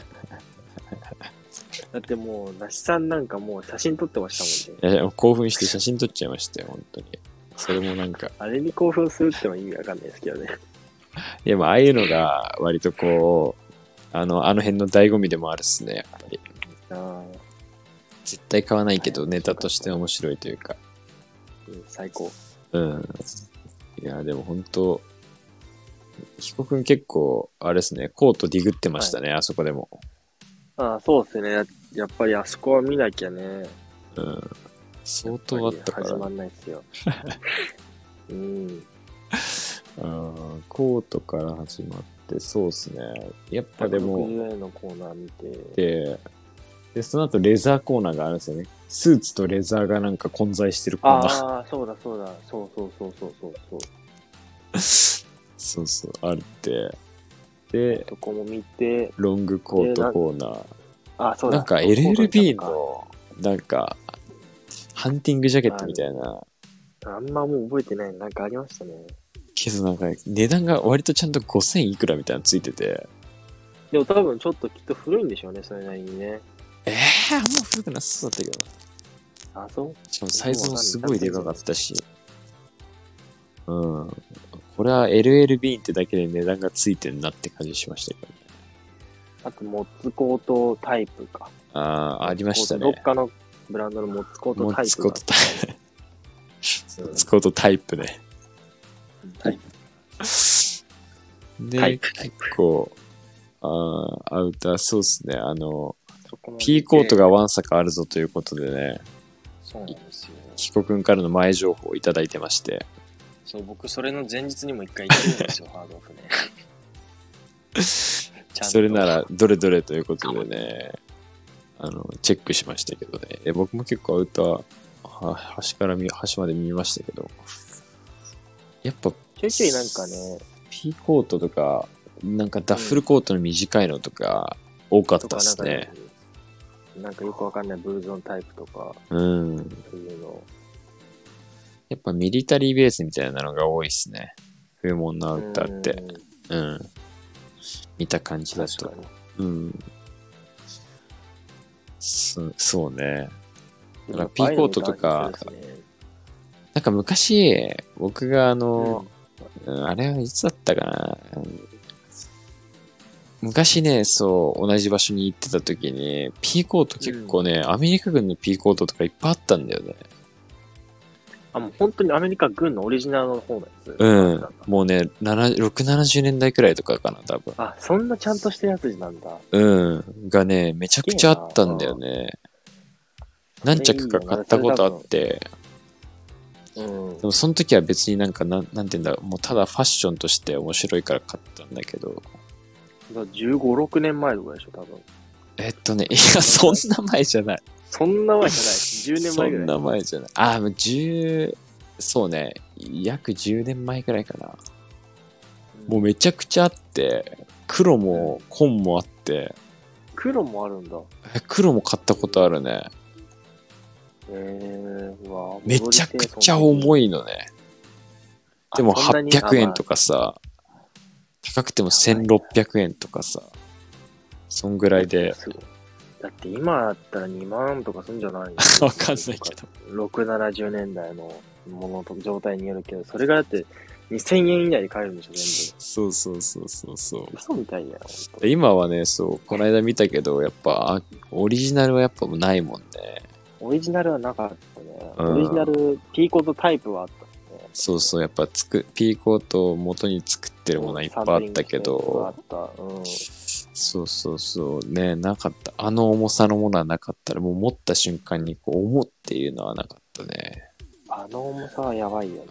だってもう、なしさんなんかもう写真撮ってましたもんね。 いや、興奮して写真撮っちゃいましたよ、本当に。それもなんか。 あれに興奮するってのは意味わかんないですけどね。 いや、まあ、ああいうのが、割とこう、あの、あの辺の醍醐味でもあるっすね、やっぱり。あ絶対買わないけど、ネタとして面白いというか。 うん、最高。 うん。いや、でも本当彦くん結構、あれですね、コートディグってましたね、はい、あそこでも。 ああ、そうですね。やっぱりあそこは見なきゃね。 うん。相当あったから。 始まんないっすよ。うん。 あコートから始まって、そうっすね。やっぱでも、 ひゃくろくじゅうえんのコーナー見て。 で、で、その後レザーコーナーがあるんですよね。スーツとレザーがなんか混在してるコーナー。 ああ、そうだそうだ。そうそうそうそうそうそう。 そうそう、あるって。で、 そこも見て、 ロングコートコーナー。 あ、そうだ。 なんか エルエルビー の、なんか、ハンティングジャケットみたいな。 あんまもう覚えてない。なんかありましたね。 けどなんか、値段が割とちゃんとごせんいくらみたいなのついてて。 でも多分ちょっときっと古いんでしょうね、それなりにね。 えー、あんま古くなさそうだったけどな。あ、そうしかもサイズもすごいでかかったし。うん。これは エルエルビー ってだけで値段がついてんなって感じしましたけどね。 あと、モッツコートタイプか。 ああ、ありましたね。 どっかのブランドのモッツコートタイプ。モッツコートタイプ。 モッツコートタイプね。 タイプ。 で、タイプタイプ結構、あアウター、そうですね。あの、P コートがわんさかあるぞということでね。 そうなんですよ。 ヒコくんからの前情報をいただいてまして。 そう、僕それの前日にも一回行ってるんですよ、ハードオフね。 それなら、どれどれということでね、あの、チェックしましたけどね。え僕も結構アウター、は端から見端まで見ましたけど、やっぱ、 ちょいちょいなんかね、 P コートとか、なんかダッフルコートの短いのとか、多かったですね。 なんかよくわかんないブルゾンタイプとか、 うん。 そういうの。 やっぱミリタリーベースみたいなのが多いですね。冬物のアウターって。うん。見た感じだと。うん。そ, そうね。だから P コートとか、なんか昔、僕があの、うん、あれはいつだったかな。昔ね、そう、同じ場所に行ってた時に、P コート結構ね、うん、アメリカ軍の P コートとかいっぱいあったんだよね。 あ、もう本当にアメリカ軍のオリジナルの方のやつ。 うん。もうね、ろく、ななじゅうねんだいくらいとかかな、多分。 あ、そんなちゃんとしたやつなんだ。 うん。がね、めちゃくちゃあったんだよね。何着か買ったことあって。うん。でもその時は別になんかな、なんて言うんだろう、もうただファッションとして面白いから買ったんだけど。 じゅうご、ろくねんまえとかでしょ、多分。 えっとね、いや、そんな前じゃない。 そんな前じゃない。じゅうねんまえぐらい。 そんな前じゃない。あ、もうじゅう、そうね、約じゅうねんまえくらいかな。うん、もうめちゃくちゃあって、黒も紺もあって。 黒もあるんだ。 え、黒も買ったことあるね。 へえー、うわめちゃくちゃ重いのね。でもはっぴゃくえんとかさ、高くてもせんろっぴゃくえんとかさ、そんぐらいで。 だって今だったらにまんとかするんじゃないのわかんないけど。 ろく、ななじゅうねんだいのものと状態によるけど、それがだってにせんえん以内で買えるんでしょ、全部。 そうそうそうそうそう。 嘘みたいやん。今はね、そう、この間見たけど、やっぱ、オリジナルはやっぱないもんね。 オリジナルはなかったね。オリジナル、P コートタイプはあったね。 そうそう、やっぱつく、P コートを元に作ってるものはいっぱいあったけど、 あった。うん。 そうそうそう。ね、なかった。あの重さのものはなかったら、もう持った瞬間にこう、重っていうのはなかったね。 あの重さはやばいよね。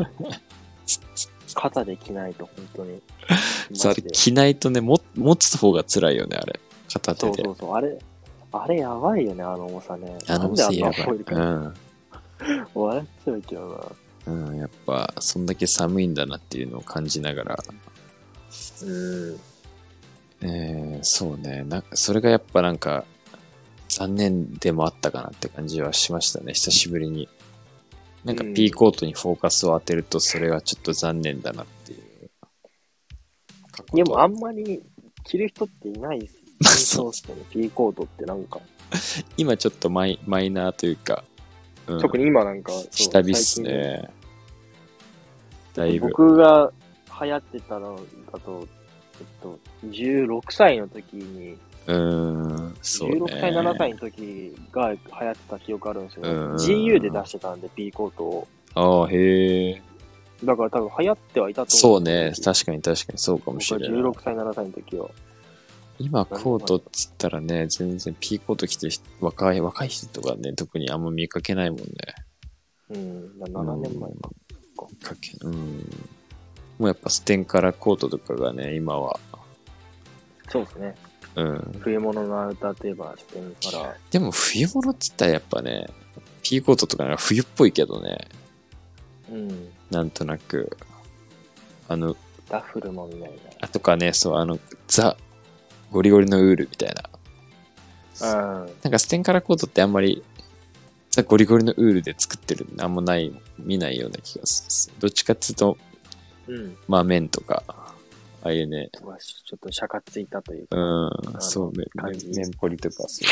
肩で着ないと、本当に。 そう、あれ着ないとね、も持つ方が辛いよね、あれ。片手で。 そうそうそう。あれ、あれやばいよね、あの重さね。 あの重さやばい。うん。 笑っちゃうけどな。うん、やっぱ、そんだけ寒いんだなっていうのを感じながら。 うん。 えー、そうね。なんか、それがやっぱなんか、残念でもあったかなって感じはしましたね、久しぶりに。なんか P コートにフォーカスを当てると、それはちょっと残念だなっていう。 でもあんまり着る人っていないです。そうですね、P コートってなんか。 今ちょっとマイマイナーというか、 うん、特に今なんか、 下火っすね。 だいぶ。僕が流行ってたのだと、えっと、じゅうろくさいの時に、 うーん、そうね。 じゅうろくさい、ななさいの時が流行ってた記憶あるんですよ。ジーユー で出してたんで、P コートを。 ああ、へえ。 だから多分流行ってはいたと思う。そうね。確かに確かにそうかもしれない。 じゅうろくさい、ななさいの時は。 今、コートっつったらね、全然 P コート着てる人、若い、若い人とかね、特にあんま見かけないもんね。 うん、ななねんまえか。 うん、かけ、うん。もうやっぱステンカラコートとかがね、今は。 そうですね。 うん。 冬物のアウターといえばステンカラ。 でも冬物っつったらやっぱね、P コートとかが冬っぽいけどね。 うん。 なんとなく、あの、 ダッフルもみたいな。 あとかね、そう、あの、ザ、ゴリゴリのウールみたいな。うん。なんかステンカラコートってあんまり、ザ・ゴリゴリのウールで作ってるあんまない、見ないような気がする。どっちかっつうと、うん、まあ綿とか、ああいうね。 ちょっとシャカついたというか。 うん、そう、綿ポリとか、そう。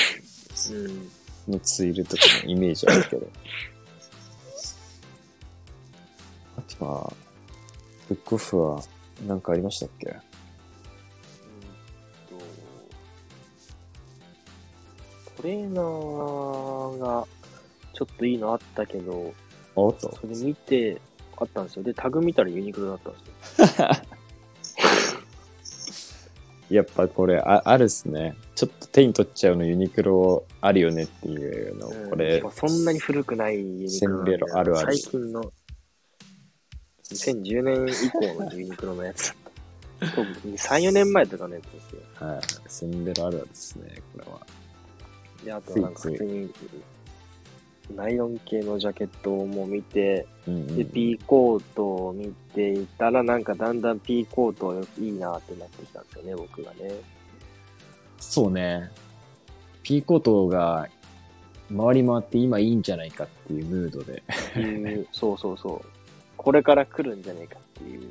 うん。のツイルとかのイメージあるけど。あとは、ブックオフは何かありましたっけ？ こトレーナーがちょっといいのあったけど、 おっと。 それ見て、あったんですよ。で、タグ見たらユニクロだったんですよ。 やっぱこれあ、あるっすね。ちょっと手に取っちゃうのユニクロあるよねっていうの、 うん、 これ。 そんなに古くないユニクロ。 センベロあるある。 最近の、にせんじゅうねん以降のユニクロのやつ。さん、よねんまえとかのやつですよ。 はい。センベロあるあるですね、これは。 で、あとなんか普通に、ナイロン系のジャケットをもう見て、 うんうん、 で、P コートを見ていたら、なんかだんだん P コートいいなってなってきたんですよね、僕がね。 そうね。P コートが回り回って今いいんじゃないかっていうムードで。 いうそうそうそう。これから来るんじゃないかっていう。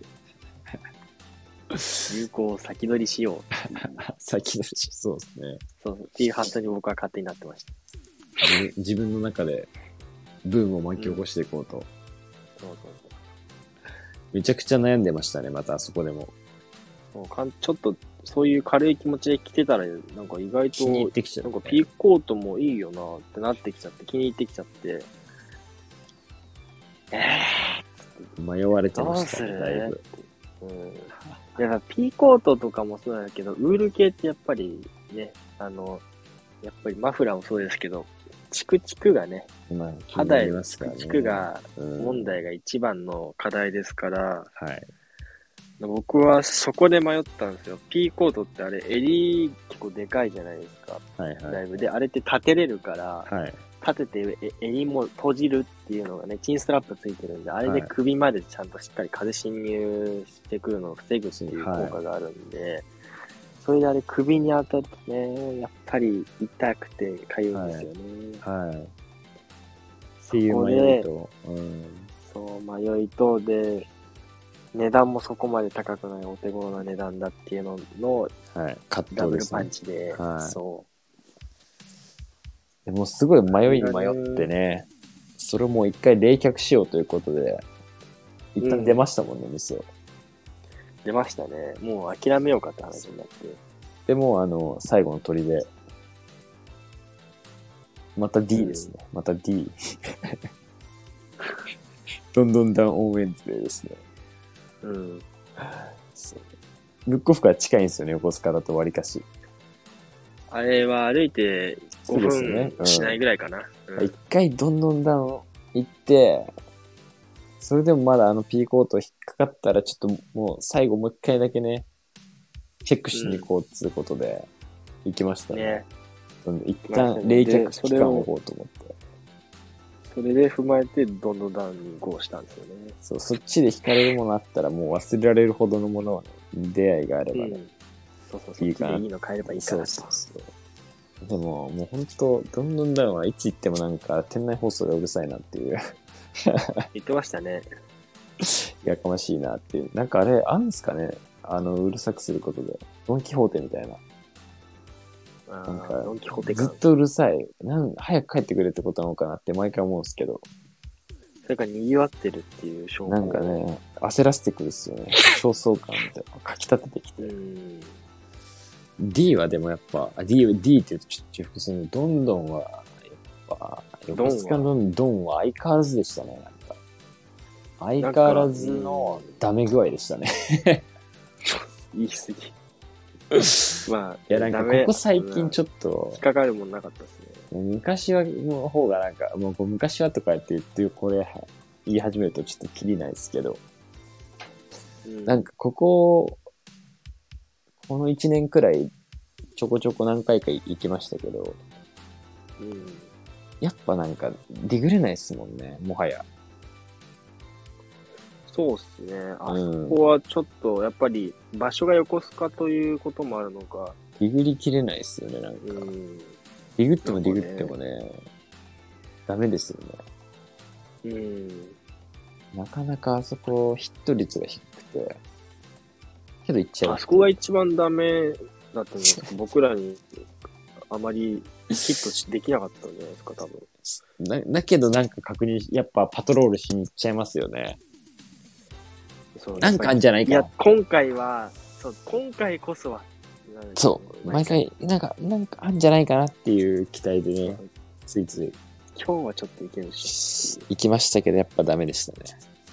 流行を先取りしようっていう。 先取りしそうですね。 そうそう。っていう発想に僕は勝手になってました。 自分の中でブームを巻き起こしていこうと、うん、 そうそうそう。 めちゃくちゃ悩んでましたね、またあそこでも。 もうかんちょっとそういう軽い気持ちで着てたら、なんか意外と、 気に入ってきちゃって、 なんかピーコートもいいよなってなってきちゃって、気に入ってきちゃって、 えー、迷われてましたね、だいぶ。 うん。やっぱピーコートとかもそうなんだけど、ウール系ってやっぱりね、あの、やっぱりマフラーもそうですけど、チクチクがね、まあ、肌へのチクチクが問題が一番の課題ですから、 うん、はい。 僕はそこで迷ったんですよ。P コートってあれ、襟結構でかいじゃないですか。 はいはい。 だいぶ。で、あれって立てれるから、 はい、 立てて襟も閉じるっていうのがね、チンストラップついてるんで、あれで首までちゃんとしっかり風侵入してくるのを防ぐっていう効果があるんで、はい、それであれ首に当たるとね、やっぱり痛くて痒いんですよね。 はい。はい、っていう迷いと、うん、 そう、迷いと、で、値段もそこまで高くないお手頃な値段だっていうのの、 はい、 ダブルパンチで、はい、そう。 でもすごい迷いに迷ってね、それをもう一回冷却しようということで、一旦出ましたもんね、うん、店を。 出ましたね。もう諦めようかって話になって。 でも、あの、最後の鳥で、また D ですね。うん、また D。どんどんダウンオンウェンズデーですね。 うん。 ブックオフから近いんですよね、横須賀だと割かし。 あれは歩いてごふんしないぐらいかな。 うん、一回どんどんダウン行って、それでもまだあの P コート引っかかったらちょっともう最後もう一回だけね、チェックしに行こうっていうことで行きましたね。うん、ね一旦冷却期間を置こうと思って。 それで踏まえてどんどんダウンに移行したんですよね。 そう、そっちで惹かれるものあったらもう忘れられるほどのものは、ね、出会いがあればね。うん、 そうそうそう。いいかな。いいの買えればいいかな。そうそうそう。 でも、もう本当どんどんダウンはいつ行ってもなんか店内放送がうるさいなっていう。 言ってましたね。 やかましいなっていう。なんかあれ、あんすかね、あの、うるさくすることで。ドンキホーテみたいな。 なんか、ドンキホーテずっとうるさい。なん早く帰ってくれってことなのかなって毎回思うんですけど。 それから賑わってるっていう証拠。 なんかね、焦らせてくるっすよね。焦燥感みたいな。かき立ててきて。D はでもやっぱ、D, D って言うとちょっと重複するのどんどんは、やっぱ、横須賀のドンは相変わらずでしたね。なんか相変わらずのダメ具合でしたね。 言い過ぎ。まあ、 いやなんかここ最近ちょっと、 引っかかるもんなかったですね。 昔はの方がなんか、もう昔はとか言って言ってこれ言い始めるとちょっとキリないですけど、うん、なんかここ、このいちねんくらいちょこちょこ何回か行きましたけど、うん、やっぱなんかディグれないですもんね、もはや。 そうっすね。あそこはちょっと、やっぱり、場所が横須賀ということもあるのか。 ディグりきれないっすよね、なんか。うん、ディグってもディグってもね、ねダメですよね。うん。なかなかあそこ、ヒット率が低くて。けど行っちゃう。 あそこが一番ダメだったんですか僕らに、あまりヒットできなかったんじゃないですか、多分。 だ、だけどなんか確認、やっぱパトロールしに行っちゃいますよね。なんかあんじゃないかな。いや、 今回は、そう、今回こそは、 そう、毎回、なんか、なんかあんじゃないかなっていう期待でね、ついつい。 今日はちょっといけるし。 行きましたけど、やっぱダメでしたね。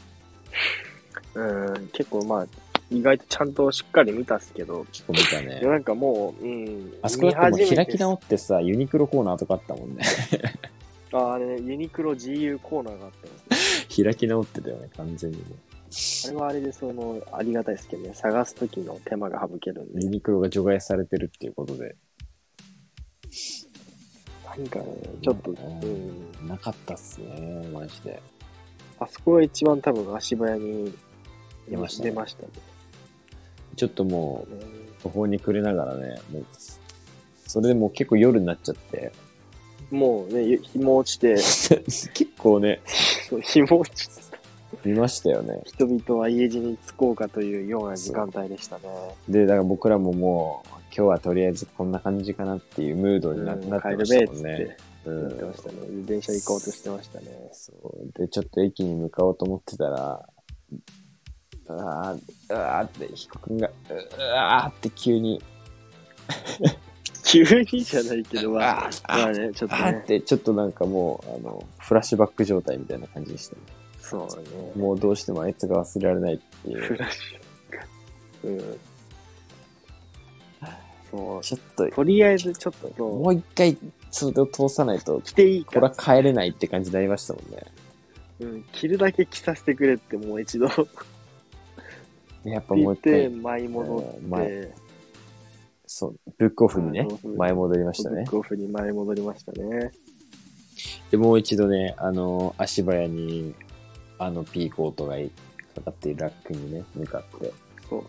うん、結構まあ、意外とちゃんとしっかり見たっすけど。 結構見たね。 なんかもう、うん。 あそこだってもう開き直ってさ、ユニクロコーナーとかあったもんね。 ああれね、ユニクロ ジーユー コーナーがあったんですよ。開き直ってたよね、完全にもう。 あれはあれで、その、ありがたいですけどね、探すときの手間が省けるんで。 ユニクロが除外されてるっていうことで。 なんかね、ちょっと、うん。 なかったっすね、マジで。 あそこが一番多分足早に出ましたね。 出ましたね。 ちょっともう、途方に暮れながらね、もう、それでもう結構夜になっちゃって。 もうね、日も落ちて。 結構ね。 そう、日も落ちて。 見ましたよね。 人々は家路に着こうかというような時間帯でしたね。 で、だから僕らももう、今日はとりあえずこんな感じかなっていうムードにな,、うん、なってましたもんね。 うん。ってましたね。電車行こうとしてましたね。 そう。で、ちょっと駅に向かおうと思ってたら、うわー、うわーって、ヒコ君が、うわーって急に。 急にじゃないけど、まあ、まあね、ちょっとね。あって、ちょっとなんかもう、あの、フラッシュバック状態みたいな感じでしたね。 そうね。 もうどうしてもあいつが忘れられないっていう。 フラッシュ。うん。そう。 ちょっと。 とりあえずちょっとそう。 もう一回、それを通さないと、 着ていいか。 これは帰れないって感じになりましたもんね。 うん。着るだけ着させてくれってもう一度。 やっぱもう一回。 舞い戻って。 そう。ブックオフにね、前戻りましたね。 ブックオフに前戻りましたね。 で、もう一度ね、あの、足早に、あの、ピーコートがかかっているラックにね、向かって。 そう。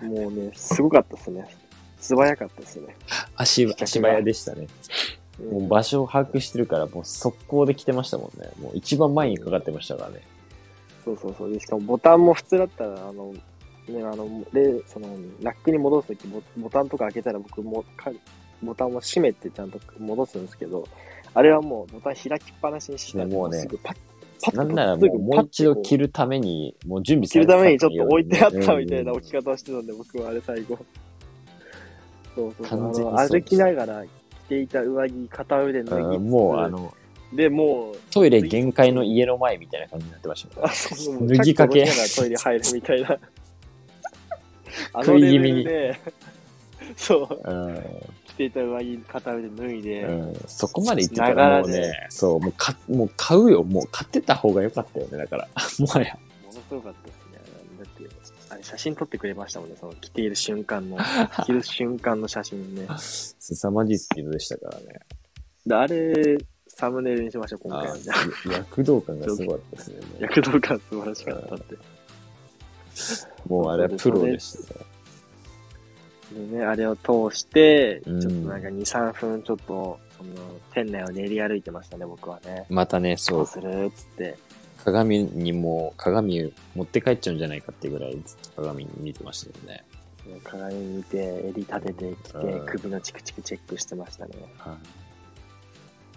もうね、すごかったですね。素早かったですね。 足、足早でしたね。うん、もう場所を把握してるから、もう速攻で来てましたもんね。もう一番前にかかってましたからね。 そうそうそう。でしかもボタンも普通だったら、あの、ね、あの、で、その、ラックに戻すときボ、ボタンとか開けたら僕もか、ボタンを閉めてちゃんと戻すんですけど、あれはもうボタン開きっぱなしにしてたら、 もうね、 すぐパッ、 パッなんならもうもう一度着るために、もう準備されてた。着るためにちょっと置いてあったみたいな置き方をしてたんで、僕はあれ最後。そうそうそう。あの、歩きながら着ていた上着、片腕脱ぎ。 もうあの、 で、もう、 トイレ限界の家の前みたいな感じになってました、ね。 あ、そう、 脱ぎかけ。 トイレ入るみたいな。あのレベルで、そう。うん、着ていた上着、片腕脱いで、 うん。そこまで行ってたらもうね、そう、もうか、もう買うよ。もう買ってた方が良かったよね、だから。もはや。 ものすごかったですね。だって、あれ写真撮ってくれましたもんね、その着ている瞬間の、着る瞬間の写真ね。 凄まじいスピードでしたからね。 であれ、サムネイルにしましょう、今回は。 躍動感がすごかったですね。 躍動感素晴らしかったって。 もうあれはプロでしたね。 でね、あれを通して、ちょっとなんかに、さんぷんちょっと、その、店内を練り歩いてましたね、僕はね。 またね、そう。 どうするっつって。 鏡にも、鏡持って帰っちゃうんじゃないかっていうぐらいずっと鏡に見てましたよね。 鏡見て、襟立ててきて、首のチクチクチェックしてましたね。 はい。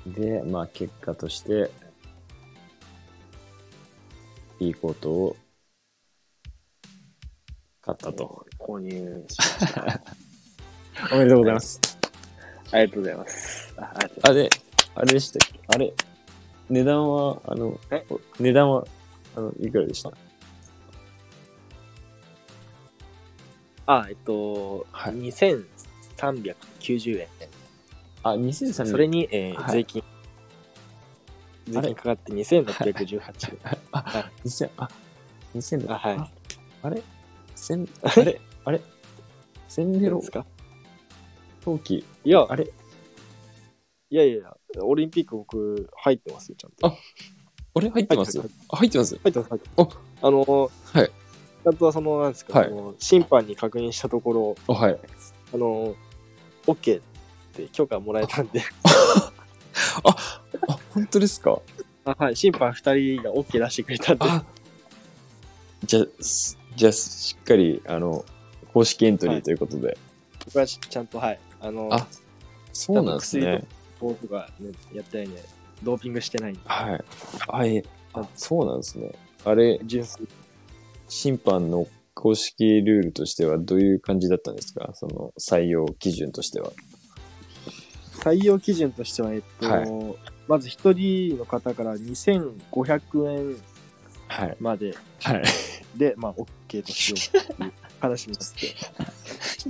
で、まあ結果として、いいコートを買ったと。 購入しました。 おめでとうございます。 ありがとうございます。 あ、あれ、あれでしたっけ？あれ、値段は、あの、値段は、あの、いくらでした？ あ、えっと、はい、にせんさんびゃくきゅうじゅうえん。 あ、にせんさんびゃく。 それに、えーはい、税金。税金かかってにせんろっぴゃくじゅうはちえん。 あ、はい、にせん、あ、にせんろっぴゃく、 あ、はい。 あれ千、あれあれ千ゼロですか？冬季。 いや、 あれいやいやいや、オリンピック僕入ってますよ、ちゃんと。 あ、あれ入ってますあ、入ってます入ってます、入ってます。あのー、 はい。 ちゃんとその、なんですか、はい、あの審判に確認したところ、 はい。 あのー、OK って許可もらえたんで。 あ、あ、本当ですか？ あ、はい。審判二人が OK 出してくれたんで。あ、 じゃあ、じゃあ、しっかり、あの、公式エントリーということで。はい、 僕はちゃんと、はい。あの、 あ、そうなんですね。 僕が、ね、やったよね。ドーピングしてないんで。 はい。はい。あ、そうなんですね。あれ、 純粋。 審判の公式ルールとしてはどういう感じだったんですか？その採用基準としては。 採用基準としては、えっと、はい、まず一人の方からにせんごひゃくえんまで、 はいはい、 で、まあ、OK としようっていう話になって。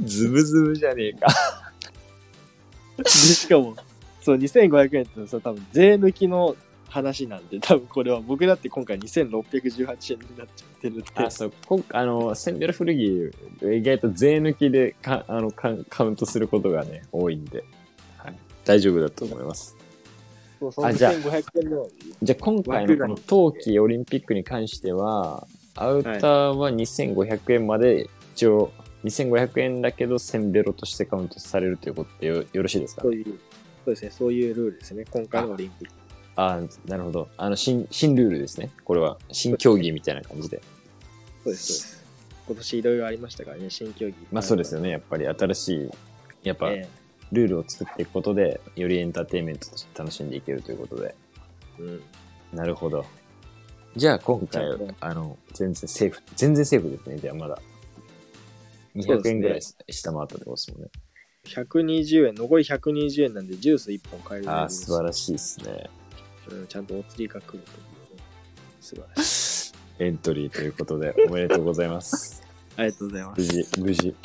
ズブズブじゃねえか。 で、しかも、そう、にせんごひゃくえんってそれ多分税抜きの話なんで、多分これは僕だって今回にせんろっぴゃくじゅうはちえんになっちゃってるって。 あ、そう、今回、あの、センベロ古着、意外と税抜きでかあのカカウントすることがね、多いんで、はい、大丈夫だと思います。 そうそう、あ、じゃあ、にせんごひゃくえんのじゃあ今回のこの冬季オリンピックに関しては、アウターはにせんごひゃくえんまで、一応、にせんごひゃくえんだけどセンベロとしてカウントされるということで よ, よろしいですか？ そういう、そうですね、そういうルールですね、今回のオリンピック。 ああ、なるほど。あの、新、新ルールですね。これは、新競技みたいな感じで。 そうです、そうです。今年いろいろありましたからね、新競技。 まあそうですよね、やっぱり新しい、やっぱ、えー、ルールを作っていくことで、よりエンターテインメントとして楽しんでいけるということで。 うん。 なるほど。じゃあ今回、あの、全然セーフ、全然セーフですね、じゃあまだ。にひゃくえんぐらい下回ったってことですもんね。 ひゃくにじゅうえん、残りひゃくにじゅうえんなんでジュースいっぽん買える。 ああ、素晴らしいですね。 うん、ちゃんとお釣りが来るという、ね、素晴らしい。エントリーということで、おめでとうございます。 ありがとうございます。 無事、無事。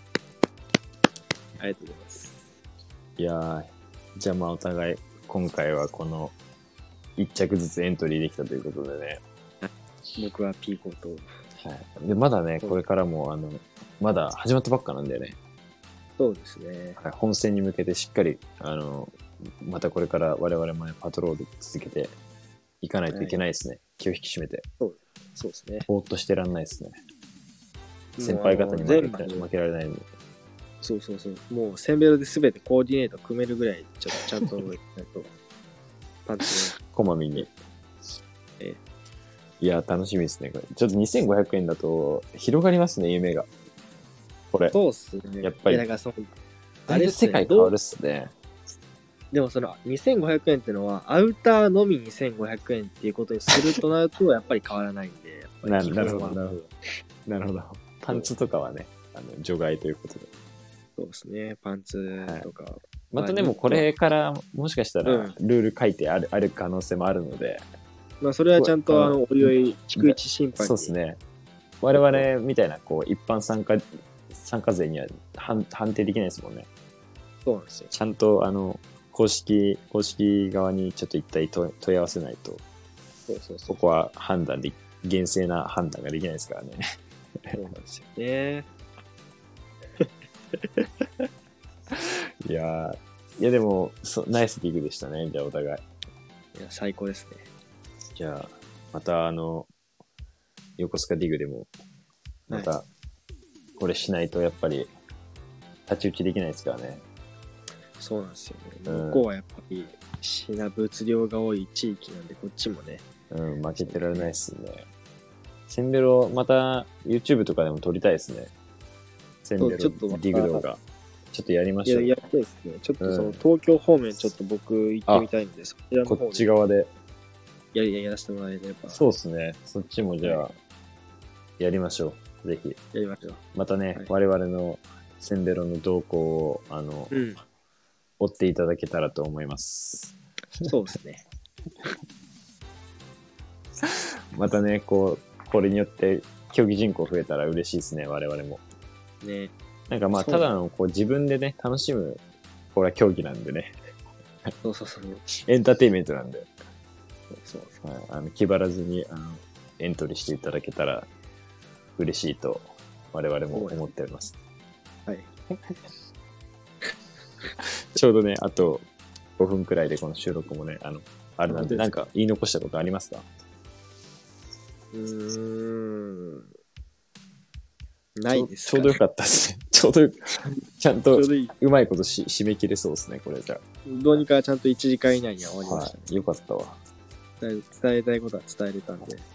ありがとうございます。いやー、じゃあまあお互い、今回はこの、一着ずつエントリーできたということでね。 僕はピーコと。 はい。で、まだね、これからも、あの、まだ始まったばっかなんだよね。 そうですね。 はい。本戦に向けてしっかり、あの、またこれから我々も、ね、パトロール続けていかないといけないですね。はい、気を引き締めて。 そう、そうですね。 ぼーっとしてらんないですね。先輩方に負け負けられないんで。 そうそうそう。もう、センベロで全てコーディネート組めるぐらい、ちょっとちゃんと、 パンツこまめに。ええ、いや、楽しみですね。これちょっとにせんごひゃくえんだと広がりますね、夢が。これ。 そうっすね。 やっぱり。 だからそのあれ世界変わるっすね。 でもそのにせんごひゃくえんってのは、アウターのみにせんごひゃくえんっていうことにするとなると、やっぱり変わらないんで。やっぱりなるほど、なるほど。なるほど。パンツとかはね、あの除外ということで。 そうですね、パンツとか。はい、 またでもこれからもしかしたらルール書いてある、うん、ある可能性もあるので。 まあそれはちゃんとあの、おいおい、逐一審判に。 そうですね。我々みたいなこう一般参加、参加勢には判判定できないですもんね。 そうなんですよ。 ちゃんとあの、公式、公式側にちょっと一体問い合わせないと、 そうそうそう、 ここは判断で、厳正な判断ができないですからね。 そうなんですよね。 いやー、いやでもそ、ナイスディグでしたね、じゃあお互い。 いや、最高ですね。 じゃあ、またあの、横須賀ディグでも、また、これしないとやっぱり、太刀打ちできないですからね。 そうなんですよね。向こうはやっぱり、品物量が多い地域なんで、こっちもね。 うん、負けてられないっすね。センベロ、また YouTube とかでも撮りたいですね。センベロディグ動画。ちょっとやりましょう。 いや、やりたいですね。ちょっとその、東京方面ちょっと僕行ってみたいんで、そちらの方こっち側で。 やり、やらせてもらえれば。 そうですね。そっちもじゃあ、やりましょう。ぜひ。 やりましょう。 またね、はい、我々のセンベロの動向を、あの、うん、追っていただけたらと思います。 そうですね。 またね、こう、これによって競技人口増えたら嬉しいですね、我々も。 ね。 なんかまあ、ただのこう自分でね、楽しむ、これは競技なんでね。 そうそうそう。 エンターテインメントなんで。 そうそう。 はい、あの気張らずにあのエントリーしていただけたら嬉しいと我々も思っております。 はい。 ちょうどね、あとごふんくらいでこの収録もね、あの、あれなんで、なんか言い残したことありますか？ うーん。ないですかね。ちょうどよかったですね。ちょうどよちゃんとうまいことし締め切れそうですね、これじゃあ。 どうにかちゃんといちじかん以内には終わりましたね。 はい、よかったわ。 伝えたいことは伝えれたんで。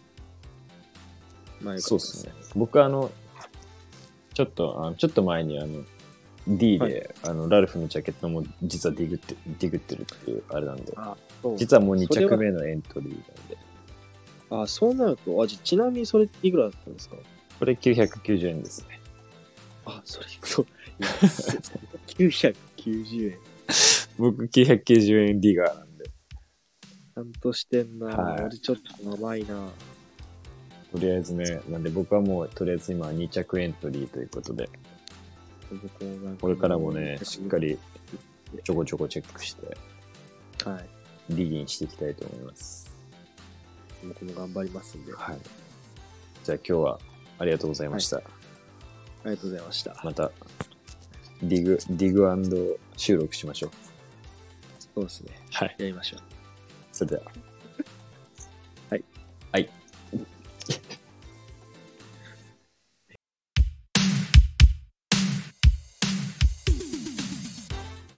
まあ、よかったですね。僕はあの、ちょっと、あのちょっと前にあの、D で、はい、あの、ラルフのジャケットも実はディグって、ディグってるっていうあれなんで。あそう実はもうに着目のエントリーなんで。 あ、そうなると、あ、じゃちなみにそれいくらだったんですか？ これきゅうひゃくきゅうじゅうえんですね。 あ、それ、そう。きゅうひゃくきゅうじゅうえん。 僕きゅうひゃくきゅうじゅうえんディガーなんで。 ちゃんとしてんな、 はい、 俺ちょっと甘いな。 とりあえずね、なんで僕はもうとりあえず今に着エントリーということで、これからもね、しっかりちょこちょこチェックして、 はい。 ディギンしていきたいと思います。 僕も頑張りますんで。 はい。じゃあ今日はありがとうございました。はい、 ありがとうございました。 また、ディグ、ディグ&収録しましょう。 そうですね。 はい。 やりましょう。 それでは。 はい。 はい。